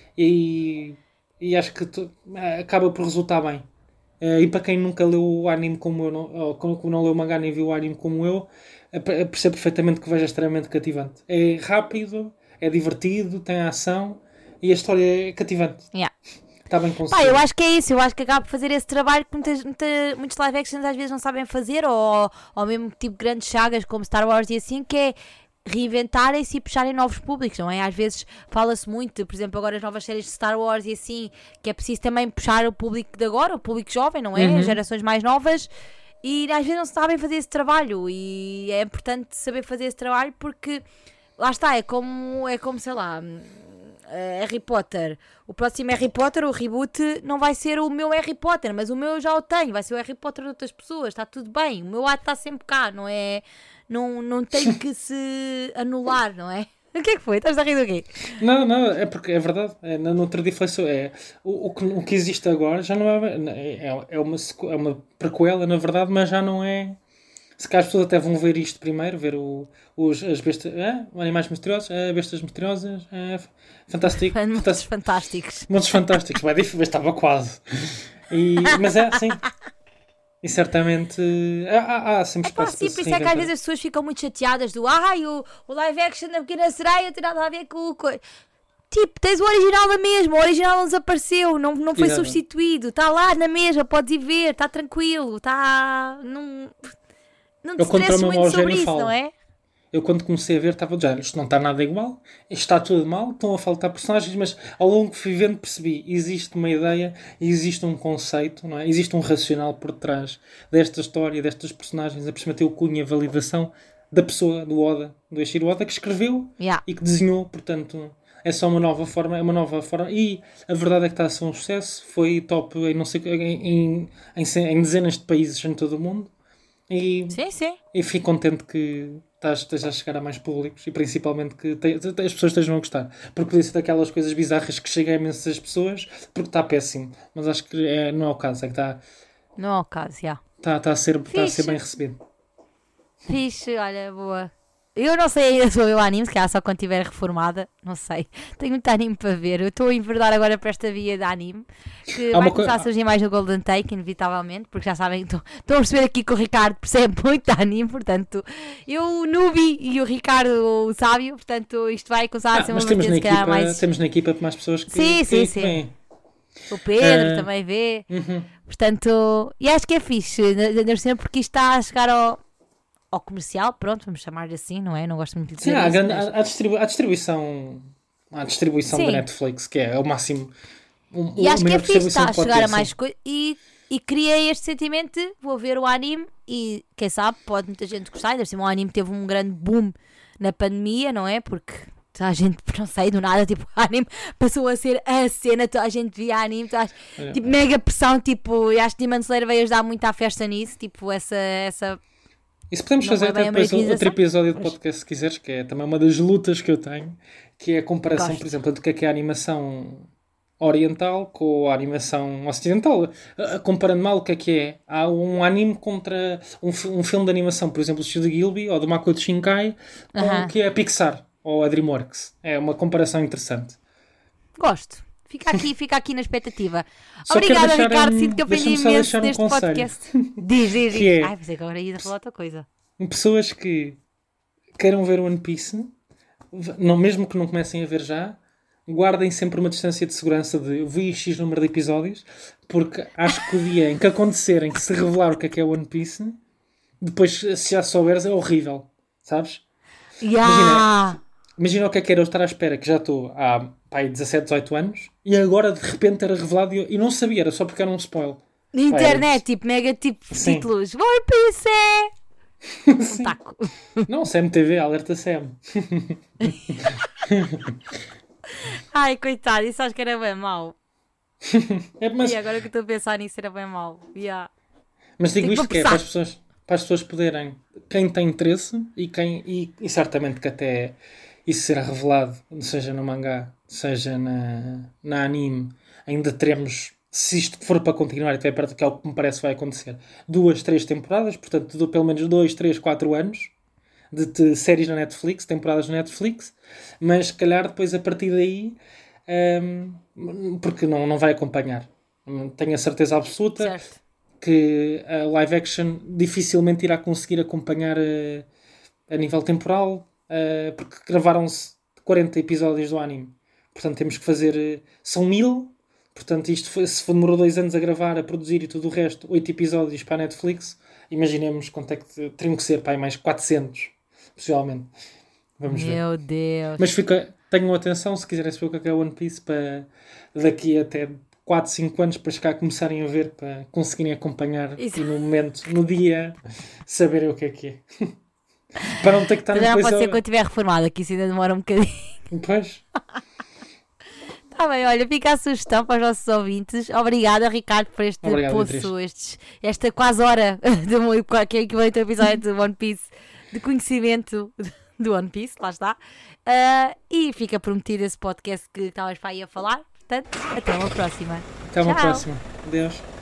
[SPEAKER 2] E acho que acaba por resultar bem. E para quem nunca leu o anime como eu, ou não leu o mangá nem viu o anime como eu, percebo perfeitamente que veja extremamente cativante. É rápido, é divertido, tem ação e a história é cativante.
[SPEAKER 1] Yeah.
[SPEAKER 2] Está bem conseguido.
[SPEAKER 1] Eu acho que é isso, eu acho que acaba por fazer esse trabalho que muitos live actions às vezes não sabem fazer, ou mesmo tipo grandes sagas como Star Wars e assim, que é reinventarem-se e puxarem novos públicos, não é? Às vezes fala-se muito, por exemplo, agora as novas séries de Star Wars e assim, que é preciso também puxar o público de agora, o público jovem, não é? As gerações mais novas, e às vezes não sabem fazer esse trabalho, e é importante saber fazer esse trabalho porque, lá está, é como sei lá... Harry Potter, o próximo Harry Potter, o reboot, não vai ser o meu Harry Potter, mas o meu eu já o tenho, vai ser o Harry Potter de outras pessoas, está tudo bem, o meu ato está sempre cá, não é? Não tem que se anular, não é? O que é que foi? Estás a rir do quê?
[SPEAKER 2] Não, é porque é verdade. No outro dia falei o que existe agora já não é uma prequela, na verdade, mas já não é. Se calhar as pessoas até vão ver isto primeiro, ver as bestas, animais misteriosos, bestas misteriosas, fantástico.
[SPEAKER 1] Monstros fantásticos.
[SPEAKER 2] Monstros fantásticos, bem difícil, estava quase. Mas é assim. E certamente há sempre espaço
[SPEAKER 1] sim, por isso é que às vezes as pessoas ficam muito chateadas do o live action da Pequena Sereia tem nada a ver com o coisa. Tipo, tens o original na mesma, o original não desapareceu, não foi substituído, está lá na mesma, podes ir ver, está tranquilo, está... Não te estresses muito sobre isso, não é?
[SPEAKER 2] Eu quando comecei a ver estava já, isto não está nada igual, isto está tudo mal, estão a faltar personagens, mas ao longo que fui vendo percebi, existe uma ideia, existe um conceito, não é? Existe um racional por trás desta história, destas personagens, a perceber ter o cunho e a validação da pessoa, do Oda, do Eiichiro Oda, que escreveu e que desenhou, portanto... É só uma nova forma, e a verdade é que está a ser um sucesso, foi top em, não sei, em dezenas de países em todo o mundo.
[SPEAKER 1] Sim.
[SPEAKER 2] E fico contente que esteja a chegar a mais públicos e principalmente que as pessoas estejam a gostar. Porque podia ser daquelas coisas bizarras que chegam a imensas pessoas porque está péssimo. Mas acho que não é o caso. É que está...
[SPEAKER 1] Não é o caso, já.
[SPEAKER 2] Está a ser bem recebido.
[SPEAKER 1] Fixe, olha, boa. Eu não sei ainda sobre o anime, se calhar só quando estiver reformada, não sei. Tenho muito anime para ver. Eu estou a enverdar agora para esta via de anime, que vai começar a surgir mais no Golden Take, inevitavelmente, porque já sabem, estou a perceber aqui que o Ricardo percebe muito de anime, portanto, eu, o Nubi, e o Ricardo, o sábio, portanto, isto vai começar a ser uma
[SPEAKER 2] vertente, se calhar, mais... Temos na equipa mais pessoas que
[SPEAKER 1] sim.
[SPEAKER 2] vêm.
[SPEAKER 1] O Pedro também vê. Portanto, e acho que é fixe, porque isto está a chegar ao comercial, pronto, vamos chamar-lhe assim, não é? Não gosto muito de dizer isso.
[SPEAKER 2] Sim, a distribuição da Netflix, que é o máximo.
[SPEAKER 1] E acho que é fixe, está a chegar a mais coisas. E criei este sentimento de vou ver o anime e quem sabe pode muita gente gostar. Ainda assim, o anime teve um grande boom na pandemia, não é? Porque toda a gente, não sei, do nada, tipo, o anime passou a ser a cena, toda a gente via anime, tipo, mega pressão, tipo, e acho que Demon Slayer veio ajudar muito à festa nisso, tipo, essa
[SPEAKER 2] e se podemos fazer até depois outro episódio de podcast, se quiseres, que é também uma das lutas que eu tenho, que é a comparação, por exemplo, do que é a animação oriental com a animação ocidental. Comparando mal o que é. Há um anime contra um filme de animação, por exemplo, o Studio Ghibli ou do Makoto Shinkai, com o que é a Pixar ou a DreamWorks. É uma comparação interessante.
[SPEAKER 1] Gosto. Fica aqui na expectativa. Obrigada, Ricardo. Sinto que aprendi imenso neste podcast. Diz. Ai, pensei que agora ia falar outra coisa.
[SPEAKER 2] Pessoas que queiram ver One Piece, mesmo que não comecem a ver já, guardem sempre uma distância de segurança de vi X número de episódios, porque acho que o dia em que acontecer, em que se revelar o que é One Piece, depois, se já souberes, é horrível. Sabes? Imagina o que era eu estar à espera, que já estou há 17, 18 anos, e agora de repente era revelado e não sabia, era só porque era um spoiler.
[SPEAKER 1] Na internet, tipo, mega tipo títulos. One Piece! Um taco.
[SPEAKER 2] Não, CMTV, alerta CM.
[SPEAKER 1] Ai, coitado, isso acho que era bem mau.
[SPEAKER 2] Mas...
[SPEAKER 1] E agora que estou a pensar nisso era bem mau.
[SPEAKER 2] Mas digo isto que é para as pessoas poderem, quem tem interesse e certamente que até isso será revelado, seja no mangá, seja na anime, ainda teremos, se isto for para continuar e estiver perto, que é o que me parece vai acontecer, 2, 3 temporadas, portanto pelo menos 2, 3, 4 anos de séries na Netflix, temporadas na Netflix, mas se calhar depois a partir daí, porque não vai acompanhar. Tenho a certeza absoluta
[SPEAKER 1] certo.
[SPEAKER 2] Que a live action dificilmente irá conseguir acompanhar a nível temporal, porque gravaram-se 40 episódios do anime. Portanto, temos que fazer... são 1000, portanto, se demorou 2 anos a gravar, a produzir e tudo o resto, 8 episódios para a Netflix, imaginemos quanto é que teriam que ser, mais 400, possivelmente. Vamos ver.
[SPEAKER 1] Meu Deus!
[SPEAKER 2] Mas tenham atenção, se quiserem saber o que é One Piece, para daqui até 4, 5 anos, para chegar a começarem a ver, para conseguirem acompanhar e no momento, no dia, saberem o que é. Para não ter que estar
[SPEAKER 1] na coisa... Não pode ser quando eu estiver reformada, que isso ainda demora um bocadinho.
[SPEAKER 2] Pois.
[SPEAKER 1] Está bem, olha, fica a sugestão para os nossos ouvintes. Obrigada, Ricardo, por este poço, esta quase hora que é equivalente ao episódio de One Piece, de conhecimento do One Piece, lá está. E fica prometido esse podcast que estavas para aí a falar. Portanto, até uma próxima.
[SPEAKER 2] Até uma próxima. Adeus.